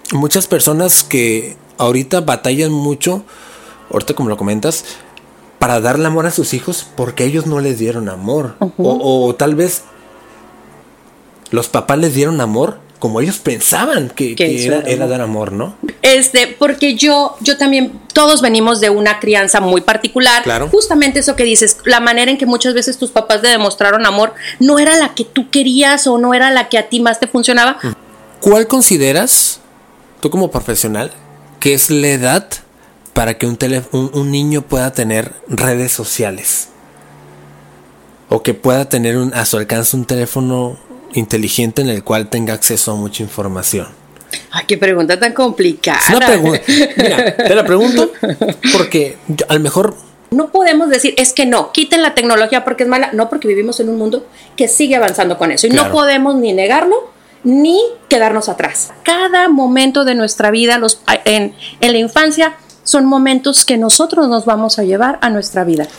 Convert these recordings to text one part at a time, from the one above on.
muchas personas que ahorita batallan mucho, ahorita como lo comentas, para darle amor a sus hijos porque ellos no les dieron amor. O tal vez los papás les dieron amor como ellos pensaban que era dar amor, ¿no? Porque yo también, todos venimos de una crianza muy particular. Claro. Justamente eso que dices, la manera en que muchas veces tus papás te demostraron amor no era la que tú querías o no era la que a ti más te funcionaba. ¿Cuál consideras, tú como profesional, que es la edad para que un niño pueda tener redes sociales? O que pueda tener a su alcance un teléfono inteligente en el cual tenga acceso a mucha información. Ay, qué pregunta tan complicada. Es una pregunta. Mira, te la pregunto porque a lo mejor no podemos decir, es que no, quiten la tecnología porque es mala. No, porque vivimos en un mundo que sigue avanzando con eso. Y claro, no podemos ni negarlo ni quedarnos atrás. Cada momento de nuestra vida, en la infancia, son momentos que nosotros nos vamos a llevar a nuestra vida.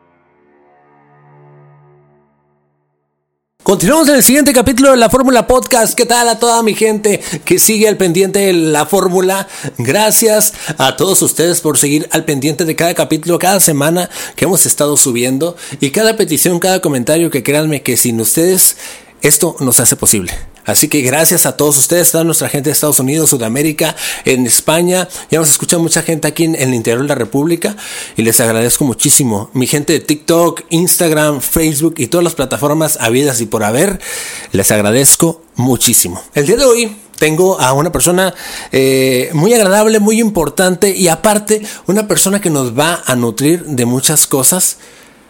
Continuamos en el siguiente capítulo de La Fórmula Podcast. ¿Qué tal a toda mi gente que sigue al pendiente de La Fórmula? Gracias a todos ustedes por seguir al pendiente de cada capítulo, cada semana que hemos estado subiendo. Y cada petición, cada comentario, que créanme que sin ustedes esto no se hace posible. Así que gracias a todos ustedes, toda nuestra gente de Estados Unidos, Sudamérica, en España. Ya nos escucha mucha gente aquí en el interior de la República y les agradezco muchísimo. Mi gente de TikTok, Instagram, Facebook y todas las plataformas habidas y por haber, les agradezco muchísimo. El día de hoy tengo a una persona muy agradable, muy importante y aparte una persona que nos va a nutrir de muchas cosas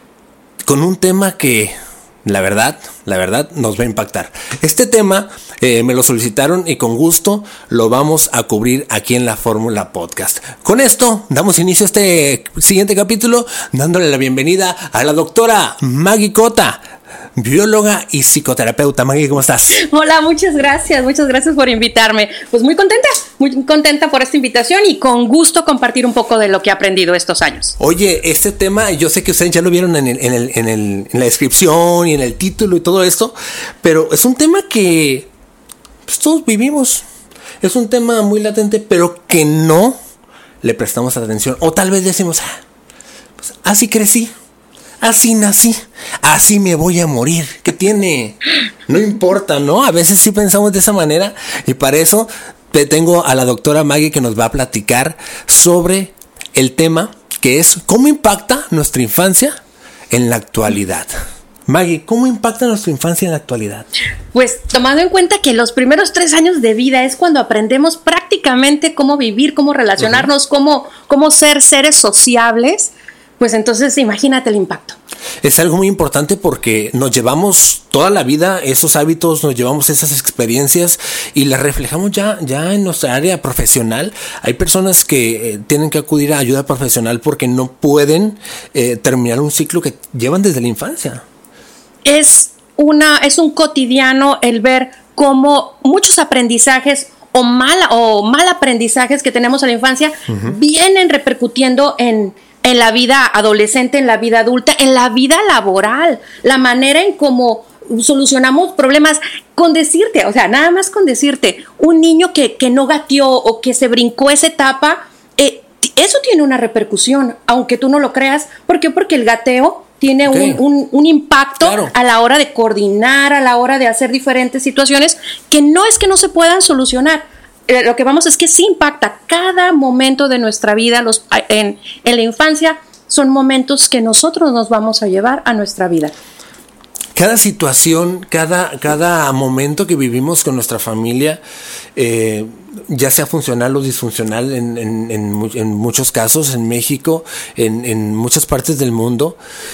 con un tema que la verdad nos va a impactar. Este tema me lo solicitaron y con gusto lo vamos a cubrir aquí en La Fórmula Podcast. Con esto damos inicio a este siguiente capítulo dándole la bienvenida a la doctora Maggie Cota, bióloga y psicoterapeuta. Maggie, ¿cómo estás? Hola, muchas gracias por invitarme. Pues muy contenta por esta invitación y con gusto compartir un poco de lo que he aprendido estos años. Oye, este tema, yo sé que ustedes ya lo vieron en la descripción y en el título y todo esto, pero es un tema que pues, todos vivimos. Es un tema muy latente, pero que no le prestamos atención. O tal vez decimos, pues, así crecí. Así nací, así me voy a morir. ¿Qué tiene? No importa, ¿no? A veces sí pensamos de esa manera y para eso te tengo a la doctora Maggie que nos va a platicar sobre el tema que es ¿cómo impacta nuestra infancia en la actualidad? Maggie, ¿cómo impacta nuestra infancia en la actualidad? Pues tomando en cuenta que los primeros 3 años de vida es cuando aprendemos prácticamente cómo vivir, cómo relacionarnos, cómo ser seres sociables. Pues entonces imagínate el impacto. Es algo muy importante porque nos llevamos toda la vida esos hábitos, nos llevamos esas experiencias y las reflejamos ya en nuestra área profesional. Hay personas que tienen que acudir a ayuda profesional porque no pueden terminar un ciclo que llevan desde la infancia. Es un cotidiano el ver cómo muchos aprendizajes o mal aprendizajes que tenemos en la infancia vienen repercutiendo en la vida adolescente, en la vida adulta, en la vida laboral, la manera en cómo solucionamos problemas con decirte, o sea, nada más con decirte, un niño que no gateó o que se brincó esa etapa, eso tiene una repercusión, aunque tú no lo creas. ¿Por qué? Porque el gateo tiene un impacto, claro, a la hora de coordinar, a la hora de hacer diferentes situaciones que no es que no se puedan solucionar. Lo que vamos es que sí impacta cada momento de nuestra vida. En la infancia son momentos que nosotros nos vamos a llevar a nuestra vida. Cada situación, cada momento que vivimos con nuestra familia, ya sea funcional o disfuncional en muchos casos, en México, en muchas partes del mundo.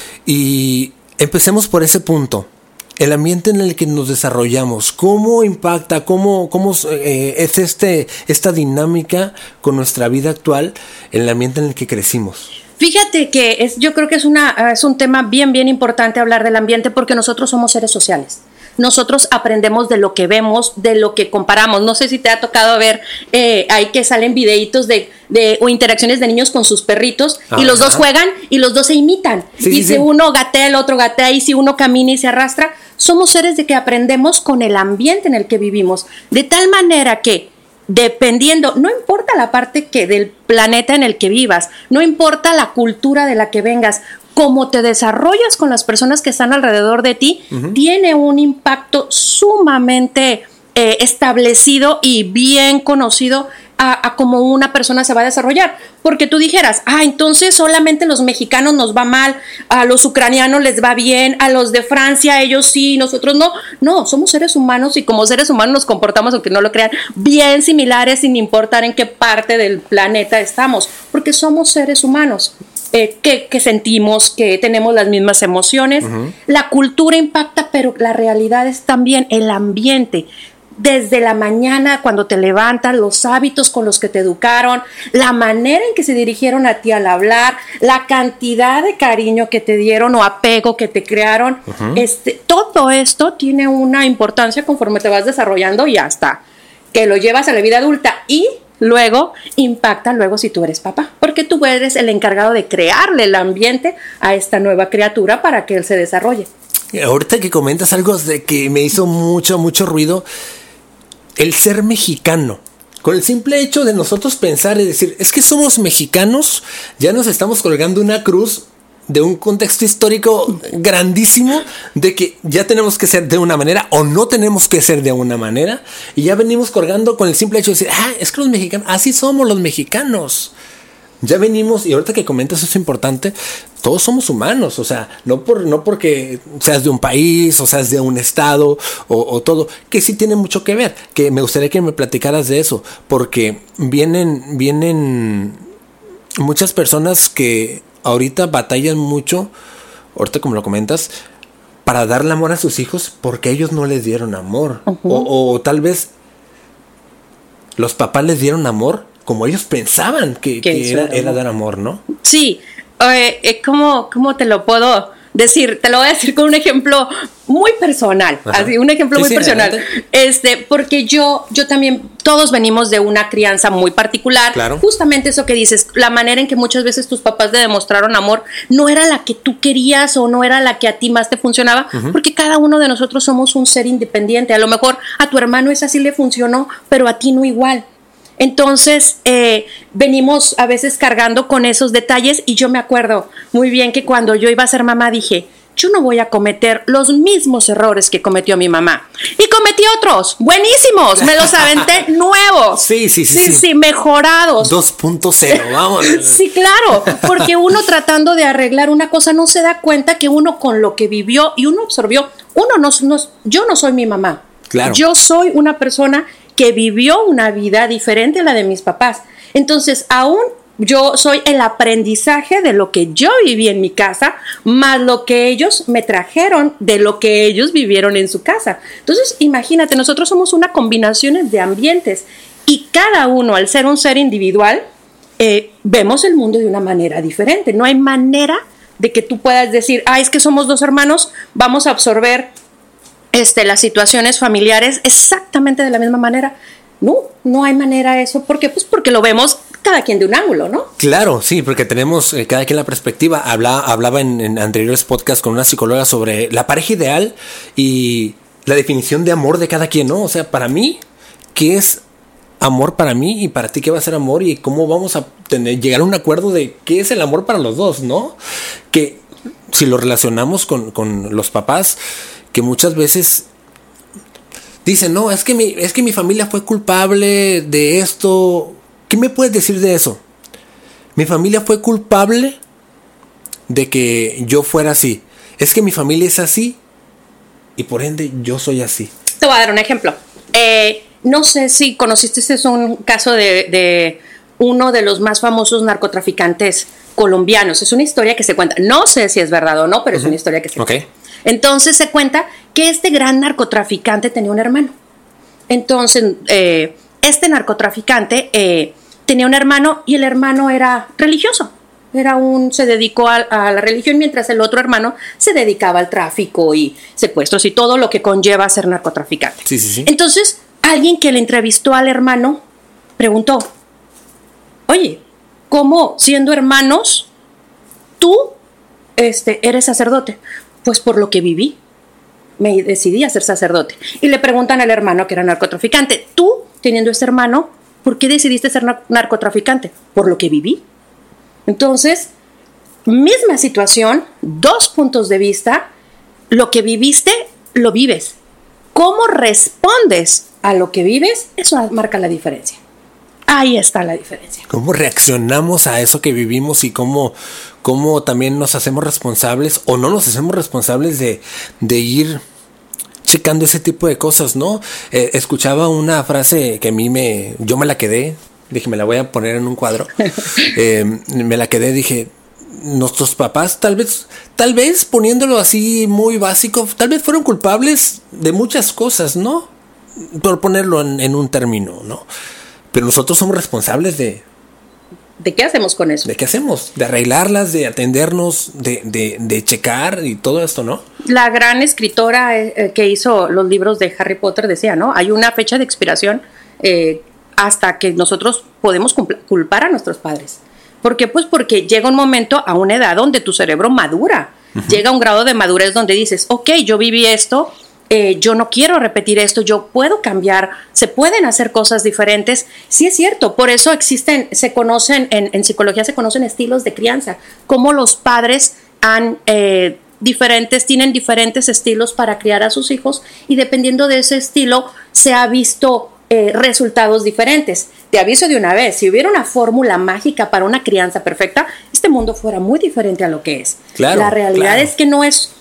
Y empecemos por ese punto. El ambiente en el que nos desarrollamos, ¿cómo impacta? ¿Cómo es esta dinámica con nuestra vida actual en el ambiente en el que crecimos? Fíjate que yo creo que es un tema bien importante hablar del ambiente porque nosotros somos seres sociales. Nosotros aprendemos de lo que vemos, de lo que comparamos. No sé si te ha tocado ver ahí que salen videitos o interacciones de niños con sus perritos. Ajá. Y los dos juegan y los dos se imitan. Y si uno gatea, el otro gatea, y si uno camina y se arrastra. Somos seres de que aprendemos con el ambiente en el que vivimos. De tal manera que dependiendo, no importa la parte del planeta en el que vivas, no importa la cultura de la que vengas, cómo te desarrollas con las personas que están alrededor de ti, tiene un impacto sumamente establecido y bien conocido a cómo una persona se va a desarrollar. Porque tú dijeras, entonces solamente los mexicanos nos va mal, a los ucranianos les va bien, a los de Francia ellos sí, nosotros no. No, somos seres humanos y como seres humanos nos comportamos, aunque no lo crean, bien similares sin importar en qué parte del planeta estamos, porque somos seres humanos. Que sentimos, que tenemos las mismas emociones. La cultura impacta, pero la realidad es también el ambiente. Desde la mañana, cuando te levantas, los hábitos con los que te educaron, la manera en que se dirigieron a ti al hablar, la cantidad de cariño que te dieron o apego que te crearon, todo esto tiene una importancia conforme te vas desarrollando y hasta que lo llevas a la vida adulta y luego impacta si tú eres papá, porque tú eres el encargado de crearle el ambiente a esta nueva criatura para que él se desarrolle. Ahorita que comentas algo de que me hizo mucho ruido, el ser mexicano. Con el simple hecho de nosotros pensar y decir, es que somos mexicanos, ya nos estamos colgando una cruz de un contexto histórico grandísimo de que ya tenemos que ser de una manera o no tenemos que ser de una manera, y ya venimos colgando con el simple hecho de decir, es que los mexicanos, así somos los mexicanos. Ya venimos, y ahorita que comentas eso es importante, todos somos humanos, o sea, no porque seas de un país o seas de un estado o todo, que sí tiene mucho que ver, que me gustaría que me platicaras de eso, porque vienen muchas personas que ahorita batallan mucho, ahorita como lo comentas, para darle amor a sus hijos porque ellos no les dieron amor, o tal vez los papás les dieron amor como ellos pensaban que era dar amor, ¿no? Sí, ¿cómo te lo puedo decir? Te lo voy a decir con un ejemplo muy personal, así, un ejemplo muy personal. Adelante. Porque yo también, todos venimos de una crianza muy particular. Claro. Justamente eso que dices, la manera en que muchas veces tus papás te demostraron amor no era la que tú querías o no era la que a ti más te funcionaba, porque cada uno de nosotros somos un ser independiente. A lo mejor a tu hermano esa sí le funcionó, pero a ti no igual. Entonces venimos a veces cargando con esos detalles, y yo me acuerdo muy bien que cuando yo iba a ser mamá dije, yo no voy a cometer los mismos errores que cometió mi mamá, y cometí otros buenísimos, me los aventé nuevos, sí, mejorados 2.0, vamos. Sí, claro, porque uno tratando de arreglar una cosa no se da cuenta que uno con lo que vivió y uno absorbió, yo no soy mi mamá, claro. Yo soy una persona que vivió una vida diferente a la de mis papás. Entonces, aún yo soy el aprendizaje de lo que yo viví en mi casa, más lo que ellos me trajeron de lo que ellos vivieron en su casa. Entonces, imagínate, nosotros somos una combinación de ambientes y cada uno, al ser un ser individual, vemos el mundo de una manera diferente. No hay manera de que tú puedas decir, es que somos dos hermanos, vamos a absorber las situaciones familiares exactamente de la misma manera. No hay manera de eso. ¿Por qué? Pues porque lo vemos cada quien de un ángulo, ¿no? Claro, sí, porque tenemos cada quien la perspectiva. Hablaba en anteriores podcasts con una psicóloga sobre la pareja ideal y la definición de amor de cada quien, ¿no? O sea, para mí, ¿qué es amor para mí? Y para ti, ¿qué va a ser amor? Y cómo vamos a llegar a un acuerdo de qué es el amor para los dos, ¿no? Que si lo relacionamos con los papás, que muchas veces dicen, no, es que mi familia fue culpable de esto. ¿Qué me puedes decir de eso? Mi familia fue culpable de que yo fuera así. Es que mi familia es así y por ende yo soy así. Te voy a dar un ejemplo. No sé si conociste, este es un caso de uno de los más famosos narcotraficantes colombianos. Es una historia que se cuenta. No sé si es verdad o no, pero es una historia que se cuenta. Entonces se cuenta que este gran narcotraficante tenía un hermano. Entonces, este narcotraficante tenía un hermano y el hermano era religioso. Se dedicó a la religión, mientras el otro hermano se dedicaba al tráfico y secuestros y todo lo que conlleva ser narcotraficante. Sí. Entonces, alguien que le entrevistó al hermano preguntó, oye, ¿cómo siendo hermanos tú eres sacerdote? Pues por lo que viví, me decidí a ser sacerdote. Y le preguntan al hermano que era narcotraficante, ¿tú teniendo este hermano, ¿por qué decidiste ser narcotraficante? Por lo que viví. Entonces, misma situación, 2 puntos de vista, lo que viviste, lo vives. ¿Cómo respondes a lo que vives? Eso marca la diferencia. Ahí está la diferencia. ¿Cómo reaccionamos a eso que vivimos y cómo también nos hacemos responsables o no nos hacemos responsables de ir checando ese tipo de cosas, ¿no? Escuchaba una frase que a mí yo me la quedé, dije, me la voy a poner en un cuadro. Me la quedé, dije, nuestros papás tal vez poniéndolo así muy básico, tal vez fueron culpables de muchas cosas, ¿no? Por ponerlo en un término, ¿no? Pero nosotros somos responsables de qué hacemos con eso. ¿De qué hacemos? De arreglarlas, de atendernos, de checar y todo esto, ¿no? La gran escritora que hizo los libros de Harry Potter decía, ¿no? Hay una fecha de expiración hasta que nosotros podemos culpar a nuestros padres. ¿Por qué? Pues porque llega un momento a una edad donde tu cerebro madura. Uh-huh. Llega a un grado de madurez donde dices, ok, yo viví esto, yo no quiero repetir esto, yo puedo cambiar, se pueden hacer cosas diferentes. Sí es cierto, por eso se conocen, en psicología se conocen estilos de crianza, cómo los padres tienen diferentes estilos para criar a sus hijos y dependiendo de ese estilo se ha visto resultados diferentes. Te aviso de una vez, si hubiera una fórmula mágica para una crianza perfecta, este mundo fuera muy diferente a lo que es. Claro, la realidad es que no es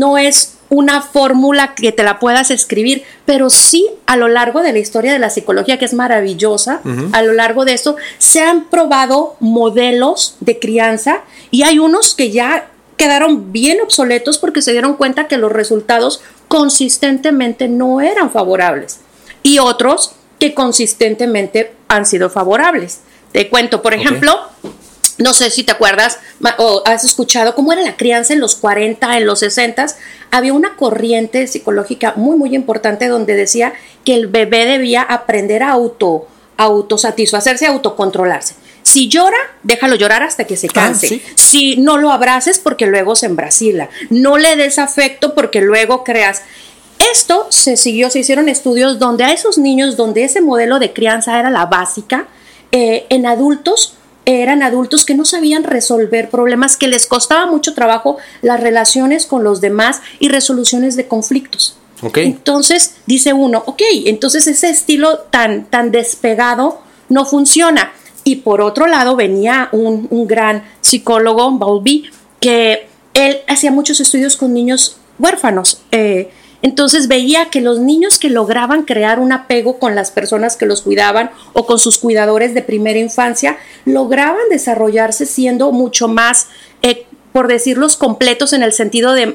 una fórmula que te la puedas escribir, pero sí a lo largo de la historia de la psicología, que es maravillosa, uh-huh. A lo largo de esto se han probado modelos de crianza y hay unos que ya quedaron bien obsoletos porque se dieron cuenta que los resultados consistentemente no eran favorables y otros que consistentemente han sido favorables. Te cuento, por ejemplo, no sé si te acuerdas o has escuchado cómo era la crianza en los 40, en los 60. Había una corriente psicológica muy, muy importante donde decía que el bebé debía aprender a autosatisfacerse, a autocontrolarse. Si llora, déjalo llorar hasta que se canse. ¿Sí? Si no lo abraces porque luego se embrasila. No le des afecto porque luego creas. Esto se hicieron estudios donde a esos niños, donde ese modelo de crianza era la básica, en adultos, eran adultos que no sabían resolver problemas, que les costaba mucho trabajo las relaciones con los demás y resoluciones de conflictos. Okay. Entonces dice uno, entonces ese estilo tan despegado no funciona. Y por otro lado venía un gran psicólogo, Bowlby, que él hacía muchos estudios con niños huérfanos. Entonces veía que los niños que lograban crear un apego con las personas que los cuidaban o con sus cuidadores de primera infancia, lograban desarrollarse siendo mucho más, por decirlos, completos en el sentido de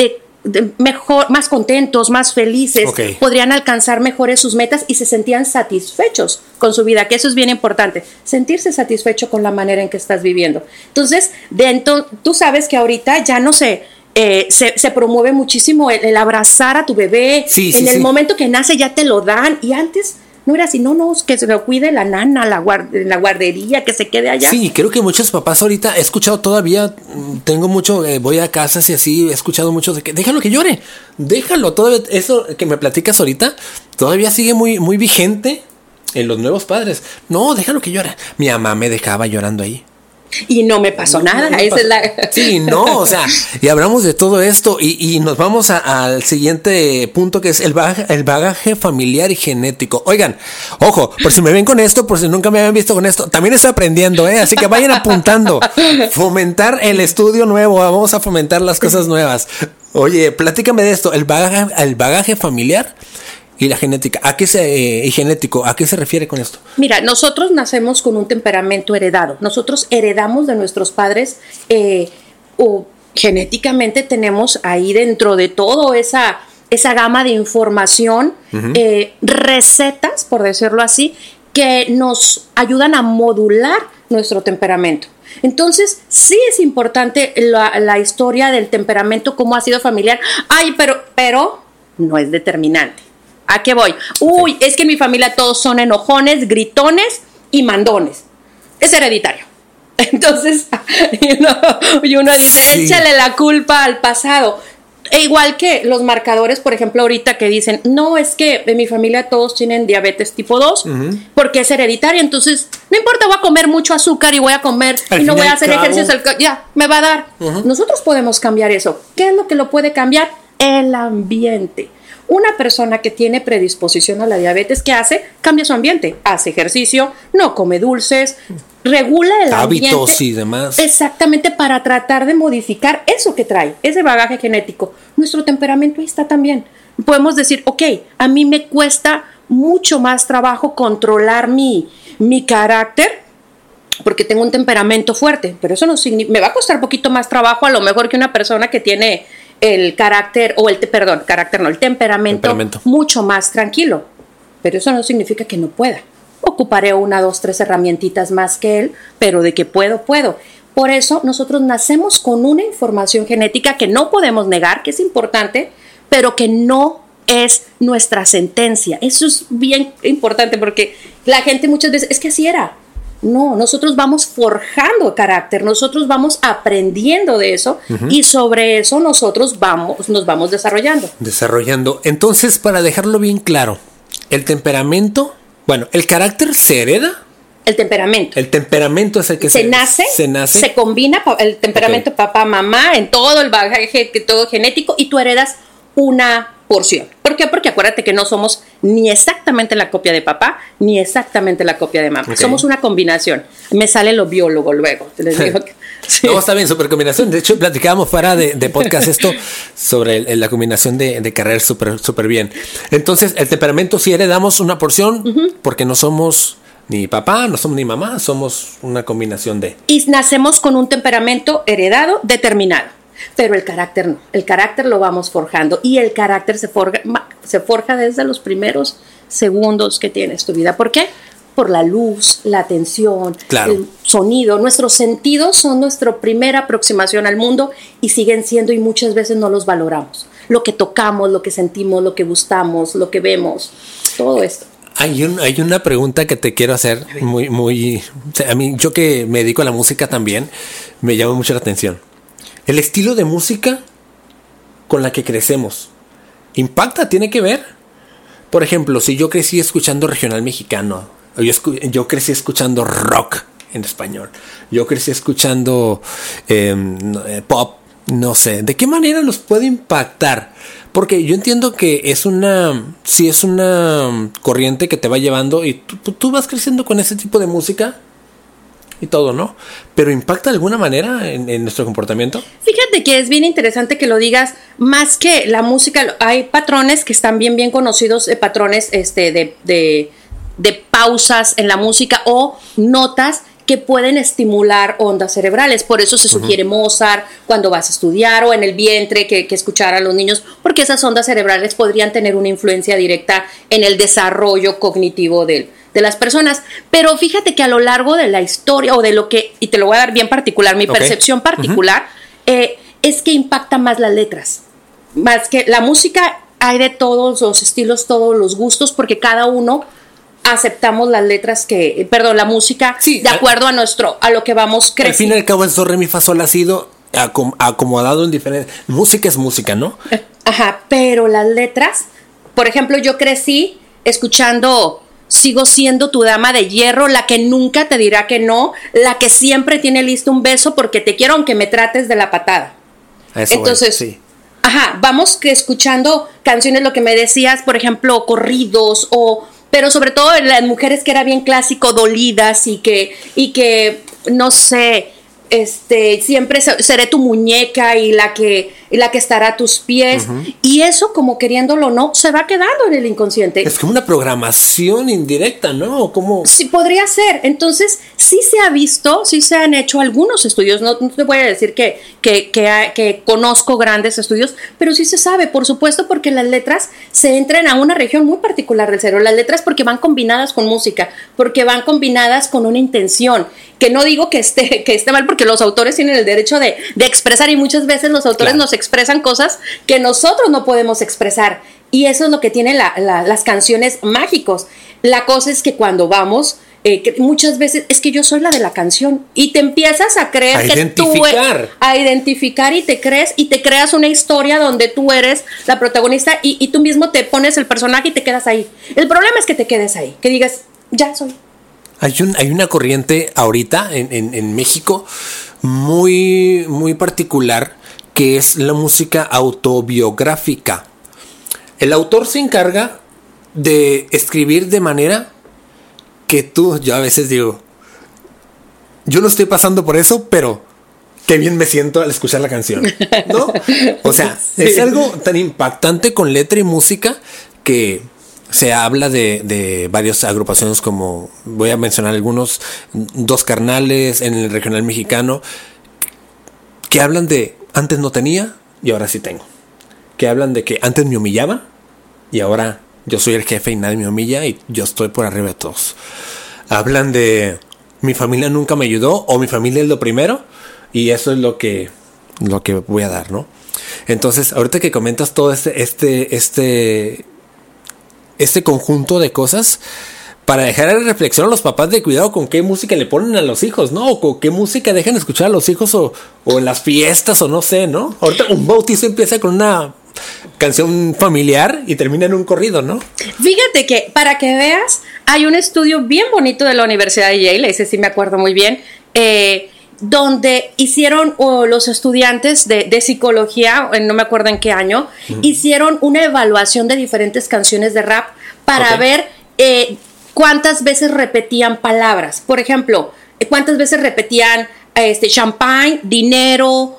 mejor, más contentos, más felices, podrían alcanzar mejores sus metas y se sentían satisfechos con su vida, que eso es bien importante, sentirse satisfecho con la manera en que estás viviendo. Entonces, tú sabes que ahorita ya no se promueve muchísimo el abrazar a tu bebé, en el momento que nace ya te lo dan, y antes no era así, no, que se lo cuide la nana, la guardería, que se quede allá. Sí, creo que muchos papás ahorita, he escuchado todavía, tengo mucho, voy a casas y así, he escuchado mucho de que déjalo que llore, déjalo, todavía, eso que me platicas ahorita, todavía sigue muy, muy vigente en los nuevos padres. No, déjalo que llore. Mi mamá me dejaba llorando ahí. Y no me pasó nada. Esa es la... Sí, no, o sea, y hablamos de todo esto y nos vamos al siguiente punto, que es el bagaje familiar y genético. Oigan, ojo, por si me ven con esto, por si nunca me habían visto con esto, también estoy aprendiendo, así que vayan apuntando. Fomentar el estudio nuevo, vamos a fomentar las cosas nuevas. Oye, platícame de esto, el bagaje familiar y la genética, y genético, ¿a qué se refiere con esto? Mira, nosotros nacemos con un temperamento heredado. Nosotros heredamos de nuestros padres, o genéticamente tenemos ahí dentro de todo esa gama de información, uh-huh. Recetas, por decirlo así, que nos ayudan a modular nuestro temperamento. Entonces, sí es importante la historia del temperamento, cómo ha sido familiar. Ay, pero no es determinante. ¿A qué voy? Uy, es que en mi familia todos son enojones, gritones y mandones. Es hereditario. Entonces, y uno dice, échale la culpa al pasado. igual que los marcadores, por ejemplo, ahorita que dicen, no, es que en mi familia todos tienen diabetes tipo 2, porque es hereditaria, entonces, no importa, voy a comer mucho azúcar y voy a comer y no voy a hacer ejercicios, ya, me va a dar. Nosotros podemos cambiar eso. ¿Qué es lo que lo puede cambiar? El ambiente. Una persona que tiene predisposición a la diabetes, ¿qué hace? Cambia su ambiente, hace ejercicio, no come dulces, regula el hábitos ambiente, y demás. Exactamente, para tratar de modificar eso que trae, ese bagaje genético. Nuestro temperamento ahí está también. Podemos decir, ok, a mí me cuesta mucho más trabajo controlar mi carácter porque tengo un temperamento fuerte, pero eso no significa, me va a costar un poquito más trabajo a lo mejor que una persona que tiene el carácter, o el temperamento mucho más tranquilo, pero eso no significa que no pueda. Ocuparé 1, 2, 3 herramientitas más que él, pero de que puedo. Por eso nosotros nacemos con una información genética que no podemos negar, que es importante, pero que no es nuestra sentencia. Eso es bien importante porque la gente muchas veces, es que así era. No, nosotros vamos forjando carácter, nosotros vamos aprendiendo de eso y sobre eso nosotros nos vamos desarrollando. Entonces, para dejarlo bien claro, el temperamento, bueno, ¿el carácter se hereda? El temperamento. El temperamento es el que se nace, se combina el temperamento papá, mamá, en todo el bagaje, todo genético, y tú heredas una porción. ¿Por qué? Porque acuérdate que no somos ni exactamente la copia de papá, ni exactamente la copia de mamá. Somos una combinación. Me sale lo biólogo luego. Les digo que, sí. No, está bien, super combinación. De hecho, platicábamos fuera de podcast esto sobre la combinación de carreras súper bien. Entonces, el temperamento sí heredamos una porción porque no somos ni papá, no somos ni mamá, somos una combinación de... Y nacemos con un temperamento heredado determinado. Pero el carácter no, el carácter lo vamos forjando y el carácter se forja desde los primeros segundos que tienes tu vida. ¿Por qué? Por la luz, la atención, el sonido. Nuestros sentidos son nuestra primera aproximación al mundo y siguen siendo, y muchas veces no los valoramos. Lo que tocamos, lo que sentimos, lo que gustamos, lo que vemos, todo esto. Hay una pregunta que te quiero hacer muy, o sea, a mí, yo que me dedico a la música también, me llama mucho la atención. El estilo de música con la que crecemos impacta, tiene que ver. Por ejemplo, si yo crecí escuchando regional mexicano, yo crecí escuchando rock en español, yo crecí escuchando pop, no sé, ¿de qué manera los puede impactar? Porque yo entiendo que es una corriente que te va llevando y tú vas creciendo con ese tipo de música y todo, ¿no? Pero ¿impacta de alguna manera en nuestro comportamiento? Fíjate que es bien interesante que lo digas. Más que la música, hay patrones que están bien conocidos, patrones de pausas en la música o notas que pueden estimular ondas cerebrales. Por eso se sugiere Mozart cuando vas a estudiar, o en el vientre que escuchar a los niños, porque esas ondas cerebrales podrían tener una influencia directa en el desarrollo cognitivo de las personas. Pero fíjate que a lo largo de la historia, o de lo que, y te lo voy a dar bien particular, mi percepción particular, es que impacta más las letras, más que la música. Hay de todos los estilos, todos los gustos, porque cada uno aceptamos las letras la música, sí, de acuerdo a lo que vamos creciendo. Al fin y al cabo es do, re, mi, fa, sol, ha sido acomodado en diferentes... Música es música, ¿no? Ajá, pero las letras, por ejemplo, yo crecí escuchando Sigo siendo tu dama de hierro, la que nunca te dirá que no, la que siempre tiene listo un beso porque te quiero aunque me trates de la patada. Eso. Entonces, sí. Ajá, vamos escuchando canciones, lo que me decías, por ejemplo, corridos, pero sobre todo en las mujeres, que era bien clásico, dolidas y que no sé, siempre seré tu muñeca y la que estará a tus pies. Y eso, como queriéndolo o no, se va quedando en el inconsciente. Es como una programación indirecta, ¿no? ¿Cómo? Sí, podría ser. Entonces, sí se ha visto, sí se han hecho algunos estudios. No te voy a decir que conozco grandes estudios, pero sí se sabe, por supuesto, porque las letras se entran a una región muy particular del cerebro. Las letras porque van combinadas con música, porque van combinadas con una intención. Que no digo que esté mal, porque los autores tienen el derecho de expresar, y muchas veces los autores nos expresan cosas que nosotros no podemos expresar, y eso es lo que tienen las canciones mágicos. La cosa es que cuando vamos que muchas veces es que yo soy la de la canción y te empiezas a creer a que identificar. a identificar y te creas una historia donde tú eres la protagonista y tú mismo te pones el personaje y te quedas ahí. El problema es que te quedes ahí, que digas, ya soy. Hay una corriente ahorita en México muy, muy particular, que es la música autobiográfica. El autor se encarga de escribir de manera que yo a veces digo, yo no estoy pasando por eso, pero qué bien me siento al escuchar la canción, ¿no? O sea, sí. Es algo tan impactante con letra y música que se habla de varias agrupaciones, como voy a mencionar algunos, Dos Carnales en el regional mexicano, que hablan de antes no tenía y ahora sí tengo. Que hablan de que antes me humillaba y ahora yo soy el jefe y nadie me humilla y yo estoy por arriba de todos. Hablan de mi familia nunca me ayudó o mi familia es lo primero y eso es lo que voy a dar, ¿no? Entonces, ahorita que comentas todo este conjunto de cosas, para dejar en reflexión a los papás de cuidado con qué música le ponen a los hijos, ¿no? O con qué música dejan escuchar a los hijos o en las fiestas o no sé, ¿no? Ahorita un bautizo empieza con una canción familiar y termina en un corrido, ¿no? Fíjate que, para que veas, hay un estudio bien bonito de la Universidad de Yale, ese sí me acuerdo muy bien, donde hicieron los estudiantes de psicología, no me acuerdo en qué año, hicieron una evaluación de diferentes canciones de rap para ver cuántas veces repetían palabras. Por ejemplo, cuántas veces repetían champagne, dinero,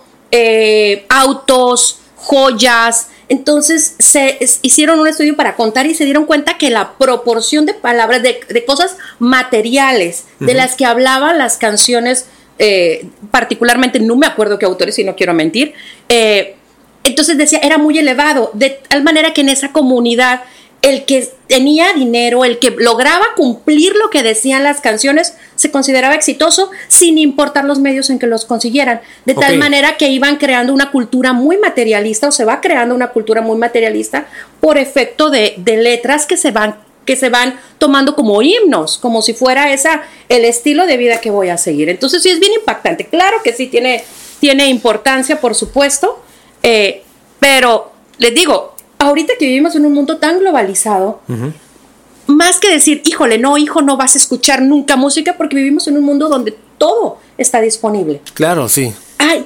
autos, joyas. Entonces hicieron un estudio para contar y se dieron cuenta que la proporción de palabras, de cosas materiales, de las que hablaban las canciones, particularmente, no me acuerdo qué autores, y no quiero mentir, entonces decía, era muy elevado, de tal manera que en esa comunidad el que tenía dinero, el que lograba cumplir lo que decían las canciones, se consideraba exitoso sin importar los medios en que los consiguieran. De tal manera que iban creando una cultura muy materialista, o se va creando una cultura muy materialista por efecto de letras que se van tomando como himnos, como si fuera el estilo de vida que voy a seguir. Entonces sí es bien impactante. Claro que sí tiene importancia, por supuesto, pero les digo, ahorita que vivimos en un mundo tan globalizado, más que decir, híjole, no, hijo, no vas a escuchar nunca música, porque vivimos en un mundo donde todo está disponible. Claro, sí.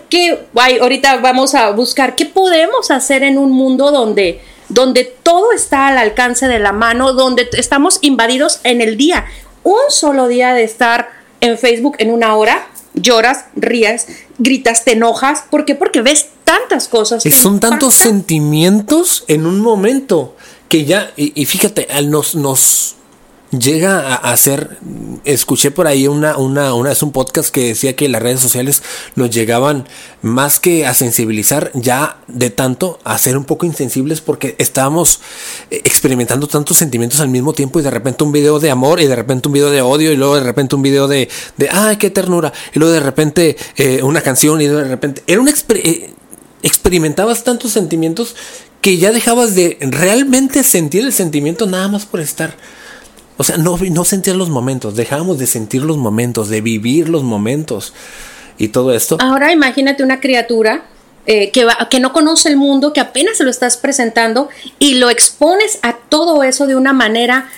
Ahorita vamos a buscar qué podemos hacer en un mundo donde todo está al alcance de la mano, donde estamos invadidos en el día. Un solo día de estar en Facebook en una hora, lloras, ríes, gritas, te enojas. ¿Por qué? Porque ves tantas cosas. Y son tantos sentimientos en un momento que ya, y fíjate, nos llega a hacer, escuché por ahí una vez un podcast que decía que las redes sociales nos llegaban más que a sensibilizar, ya de tanto a ser un poco insensibles, porque estábamos experimentando tantos sentimientos al mismo tiempo, y de repente un video de amor y de repente un video de odio y luego de repente un video de ay, qué ternura, y luego de repente una canción, y de repente era experimentabas tantos sentimientos que ya dejabas de realmente sentir el sentimiento nada más por estar. O sea, no sentir los momentos, dejábamos de sentir los momentos, de vivir los momentos y todo esto. Ahora imagínate una criatura que no conoce el mundo, que apenas se lo estás presentando y lo expones a todo eso de una manera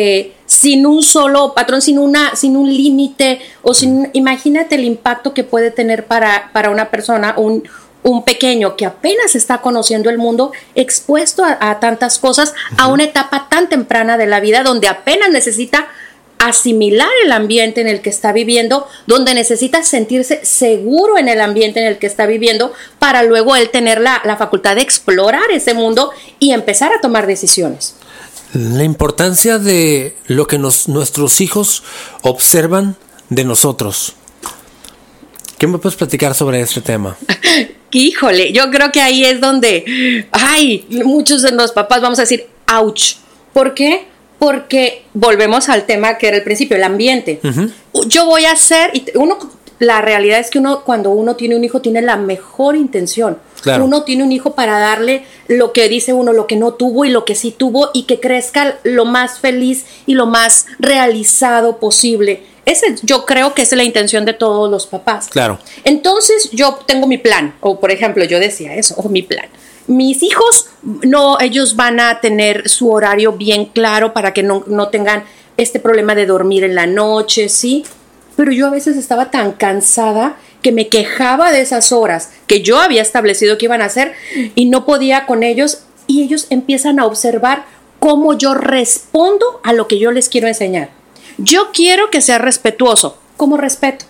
sin un solo patrón, sin un límite, o imagínate el impacto que puede tener para una persona, un pequeño que apenas está conociendo el mundo, expuesto a tantas cosas, a una etapa tan temprana de la vida, donde apenas necesita asimilar el ambiente en el que está viviendo, donde necesita sentirse seguro en el ambiente en el que está viviendo, para luego él tener la facultad de explorar ese mundo y empezar a tomar decisiones. La importancia de lo que nuestros hijos observan de nosotros. ¿Qué me puedes platicar sobre este tema? Híjole, yo creo que ahí es donde, muchos de los papás vamos a decir, ouch. ¿Por qué? Porque volvemos al tema que era el principio, el ambiente. Yo voy a hacer, y uno la realidad es que cuando uno tiene un hijo, tiene la mejor intención. Claro. Uno tiene un hijo para darle lo que dice uno, lo que no tuvo y lo que sí tuvo, y que crezca lo más feliz y lo más realizado posible. Yo creo que esa es la intención de todos los papás. Claro. Entonces yo tengo mi plan, o por ejemplo yo decía eso, mi plan. Mis hijos, ellos van a tener su horario bien claro para que no tengan este problema de dormir en la noche, ¿sí? Pero yo a veces estaba tan cansada que me quejaba de esas horas que yo había establecido que iban a hacer y no podía con ellos, y ellos empiezan a observar cómo yo respondo a lo que yo les quiero enseñar. Yo quiero que seas respetuoso. ¿Cómo respeto?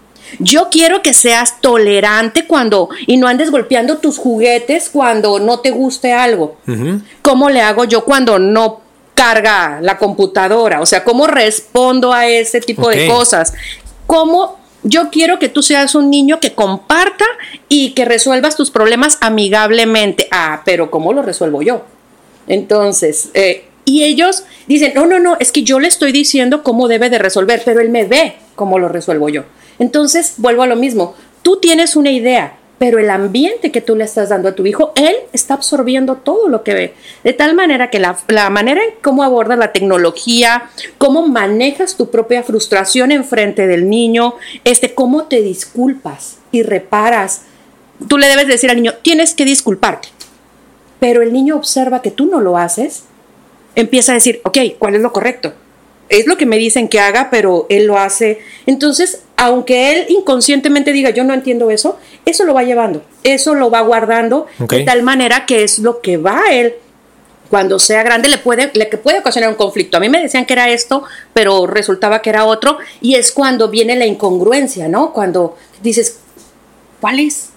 Yo quiero que seas tolerante y no andes golpeando tus juguetes cuando no te guste algo. Uh-huh. ¿Cómo le hago yo cuando no carga la computadora? O sea, ¿cómo respondo a ese tipo de cosas? ¿Cómo? Yo quiero que tú seas un niño que comparta y que resuelvas tus problemas amigablemente. Pero ¿cómo lo resuelvo yo? Entonces, y ellos dicen, no, es que yo le estoy diciendo cómo debe de resolver, pero él me ve cómo lo resuelvo yo. Entonces, vuelvo a lo mismo. Tú tienes una idea, pero el ambiente que tú le estás dando a tu hijo, él está absorbiendo todo lo que ve. De tal manera que la manera en cómo abordas la tecnología, cómo manejas tu propia frustración enfrente del niño, cómo te disculpas y reparas. Tú le debes decir al niño, tienes que disculparte. Pero el niño observa que tú no lo haces, empieza a decir, ok, ¿cuál es lo correcto? Es lo que me dicen que haga, pero él lo hace. Entonces, aunque él inconscientemente diga, yo no entiendo eso lo va llevando, eso lo va guardando, de tal manera que es lo que va a él, cuando sea grande, le puede ocasionar un conflicto. A mí me decían que era esto, pero resultaba que era otro, y es cuando viene la incongruencia, ¿no? Cuando dices, ¿cuál es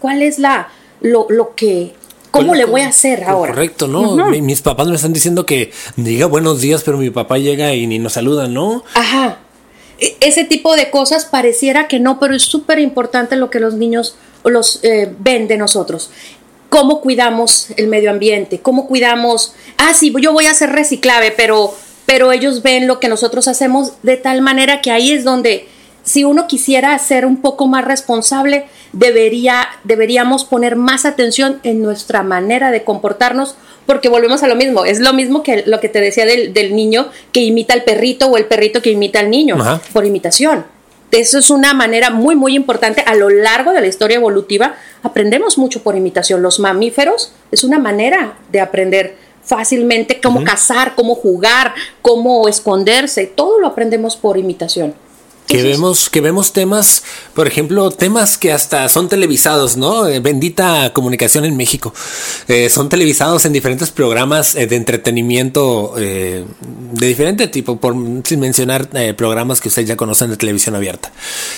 lo que... ¿Cómo le voy a hacer ahora? Correcto, ¿no? Uh-huh. Mis papás me están diciendo que diga buenos días, pero mi papá llega y ni nos saluda, ¿no? Ajá. Ese tipo de cosas pareciera que no, pero es súper importante lo que los niños ven de nosotros. Cómo cuidamos el medio ambiente, cómo cuidamos... sí, yo voy a hacer reciclable, pero ellos ven lo que nosotros hacemos, de tal manera que ahí es donde... Si uno quisiera ser un poco más responsable, deberíamos poner más atención en nuestra manera de comportarnos, porque volvemos a lo mismo. Es lo mismo que lo que te decía del niño que imita al perrito, o el perrito que imita al niño. Ajá. Por imitación. Eso es una manera muy, muy importante. A lo largo de la historia evolutiva aprendemos mucho por imitación. Los mamíferos es una manera de aprender fácilmente cómo cazar, cómo jugar, cómo esconderse. Todo lo aprendemos por imitación. Que vemos temas, por ejemplo, temas que hasta son televisados, ¿no? Bendita comunicación en México. Son televisados en diferentes programas de entretenimiento de diferente tipo, sin mencionar programas que ustedes ya conocen de televisión abierta.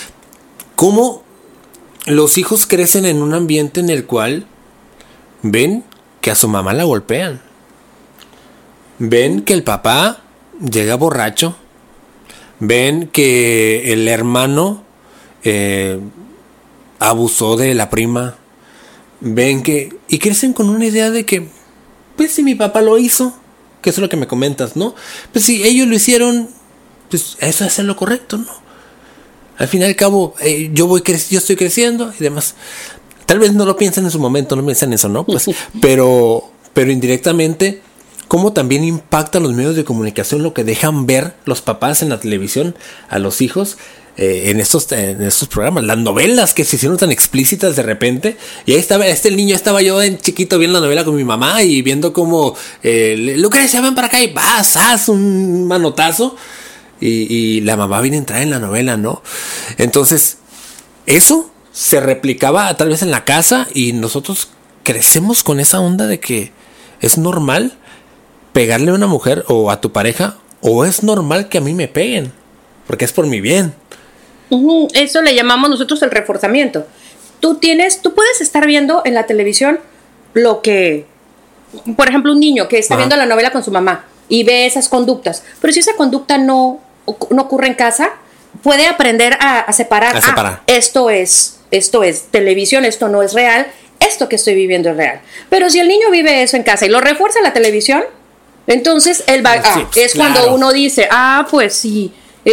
¿Cómo los hijos crecen en un ambiente en el cual ven que a su mamá la golpean? Ven que el papá llega borracho. Ven que el hermano abusó de la prima. Ven que... Y crecen con una idea de que, pues si mi papá lo hizo, que eso es lo que me comentas, ¿no? Pues si ellos lo hicieron, pues eso es lo correcto, ¿no? Al fin y al cabo, yo estoy creciendo y demás. Tal vez no lo piensan en su momento, no piensan en eso, ¿no? Pues, pero indirectamente... ¿Cómo también impacta los medios de comunicación lo que dejan ver los papás en la televisión a los hijos en estos programas? Las novelas que se hicieron tan explícitas de repente. Y ahí estaba el niño, estaba yo en chiquito viendo la novela con mi mamá y viendo cómo Lucrecia, ven para acá, y vas, haz un manotazo. Y la mamá viene a entrar en la novela, ¿no? Entonces, eso se replicaba tal vez en la casa, y nosotros crecemos con esa onda de que es normal pegarle a una mujer o a tu pareja, o es normal que a mí me peguen porque es por mi bien. Eso le llamamos nosotros el reforzamiento. Tú puedes estar viendo en la televisión lo que, por ejemplo, un niño que está viendo la novela con su mamá y ve esas conductas, pero si esa conducta no ocurre en casa, puede aprender a separar. Esto es televisión, esto no es real, esto que estoy viviendo es real. Pero si el niño vive eso en casa y lo refuerza en la televisión, entonces él va, es claro. Cuando uno dice, pues sí,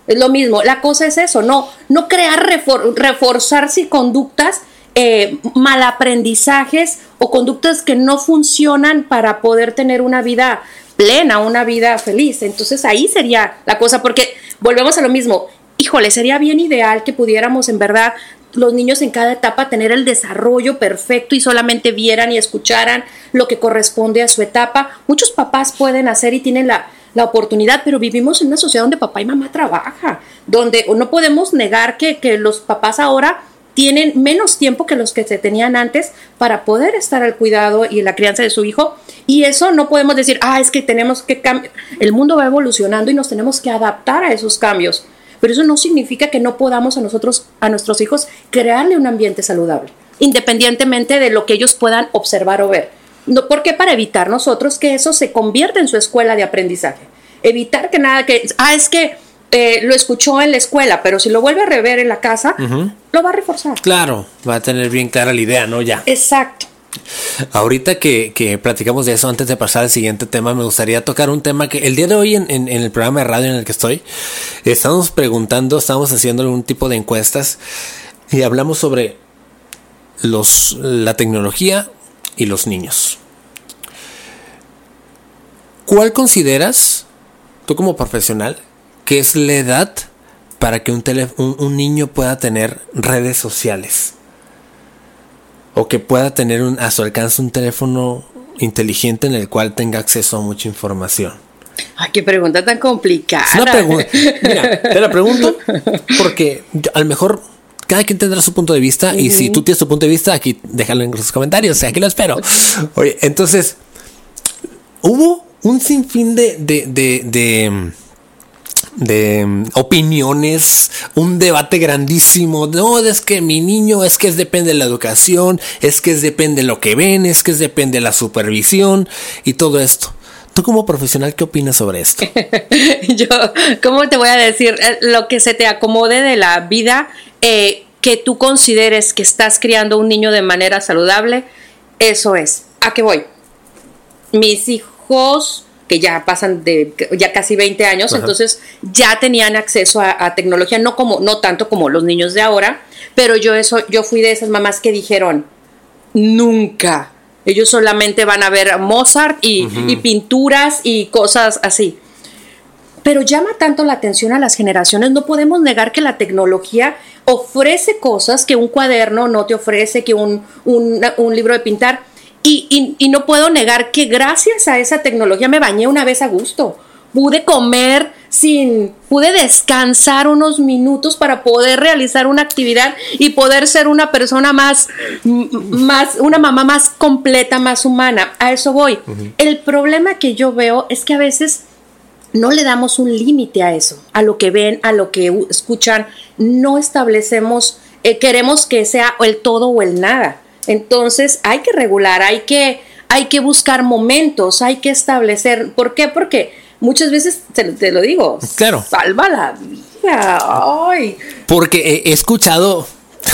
Es lo mismo. La cosa es eso, no crear, reforzarse conductas, malaprendizajes o conductas que no funcionan para poder tener una vida plena, una vida feliz. Entonces ahí sería la cosa, porque volvemos a lo mismo. Híjole, sería bien ideal que pudiéramos en verdad los niños en cada etapa tener el desarrollo perfecto y solamente vieran y escucharan lo que corresponde a su etapa. Muchos papás pueden hacer y tienen la oportunidad, pero vivimos en una sociedad donde papá y mamá trabajan, donde no podemos negar que los papás ahora tienen menos tiempo que los que se tenían antes para poder estar al cuidado y en la crianza de su hijo, y eso no podemos decir, es que tenemos que cambiar. El mundo va evolucionando y nos tenemos que adaptar a esos cambios, pero eso no significa que no podamos a nuestros hijos crearle un ambiente saludable, independientemente de lo que ellos puedan observar o ver. No, ¿por qué? Para evitar nosotros que eso se convierta en su escuela de aprendizaje. Evitar que nada, es que lo escuchó en la escuela, pero si lo vuelve a rever en la casa, lo va a reforzar. Claro, va a tener bien clara la idea, ¿no? Ya. Exacto. Ahorita que platicamos de eso, antes de pasar al siguiente tema, me gustaría tocar un tema que el día de hoy en el programa de radio en el que estoy, estamos haciendo algún tipo de encuestas y hablamos sobre la tecnología y los niños. ¿Cuál consideras, tú como profesional, que es la edad para que un niño pueda tener redes sociales? O que pueda tener a su alcance un teléfono inteligente en el cual tenga acceso a mucha información. Ay, qué pregunta tan complicada. Es una pregunta. Mira, te la pregunto porque a lo mejor cada quien tendrá su punto de vista. Y si tú tienes tu punto de vista, aquí déjalo en los comentarios. O sea, aquí lo espero. Oye, entonces, hubo un sinfín de opiniones, un debate grandísimo. No, es que mi niño, es que depende de la educación, es que depende de lo que ven, es que depende de la supervisión y todo esto. Tú como profesional, ¿qué opinas sobre esto? Yo, ¿cómo te voy a decir? Lo que se te acomode de la vida, que tú consideres que estás criando un niño de manera saludable, eso es. ¿A qué voy? Mis hijos, que ya pasan ya casi 20 años, ajá, entonces ya tenían acceso a tecnología, no tanto como los niños de ahora, pero yo fui de esas mamás que dijeron, nunca, ellos solamente van a ver Mozart y pinturas y cosas así. Pero llama tanto la atención a las generaciones, no podemos negar que la tecnología ofrece cosas que un cuaderno no te ofrece, que un libro de pintar. Y no puedo negar que gracias a esa tecnología me bañé una vez a gusto. Pude comer pude descansar unos minutos para poder realizar una actividad y poder ser una persona una mamá más completa, más humana. A eso voy. El problema que yo veo es que a veces no le damos un límite a eso, a lo que ven, a lo que escuchan. No establecemos, queremos que sea el todo o el nada. Entonces hay que regular, hay que buscar momentos, hay que establecer. ¿Por qué? Porque muchas veces, te lo digo, claro, salva la vida. Ay. Porque he escuchado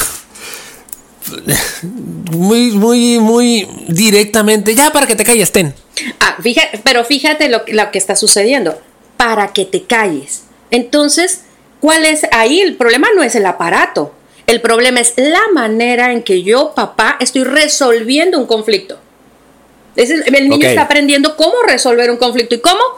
muy directamente, ya para que te calles, Pero fíjate lo que está sucediendo, para que te calles. Entonces, ¿cuál es ahí? El problema no es el aparato. El problema es la manera en que yo, papá, estoy resolviendo un conflicto. El niño está aprendiendo cómo resolver un conflicto y cómo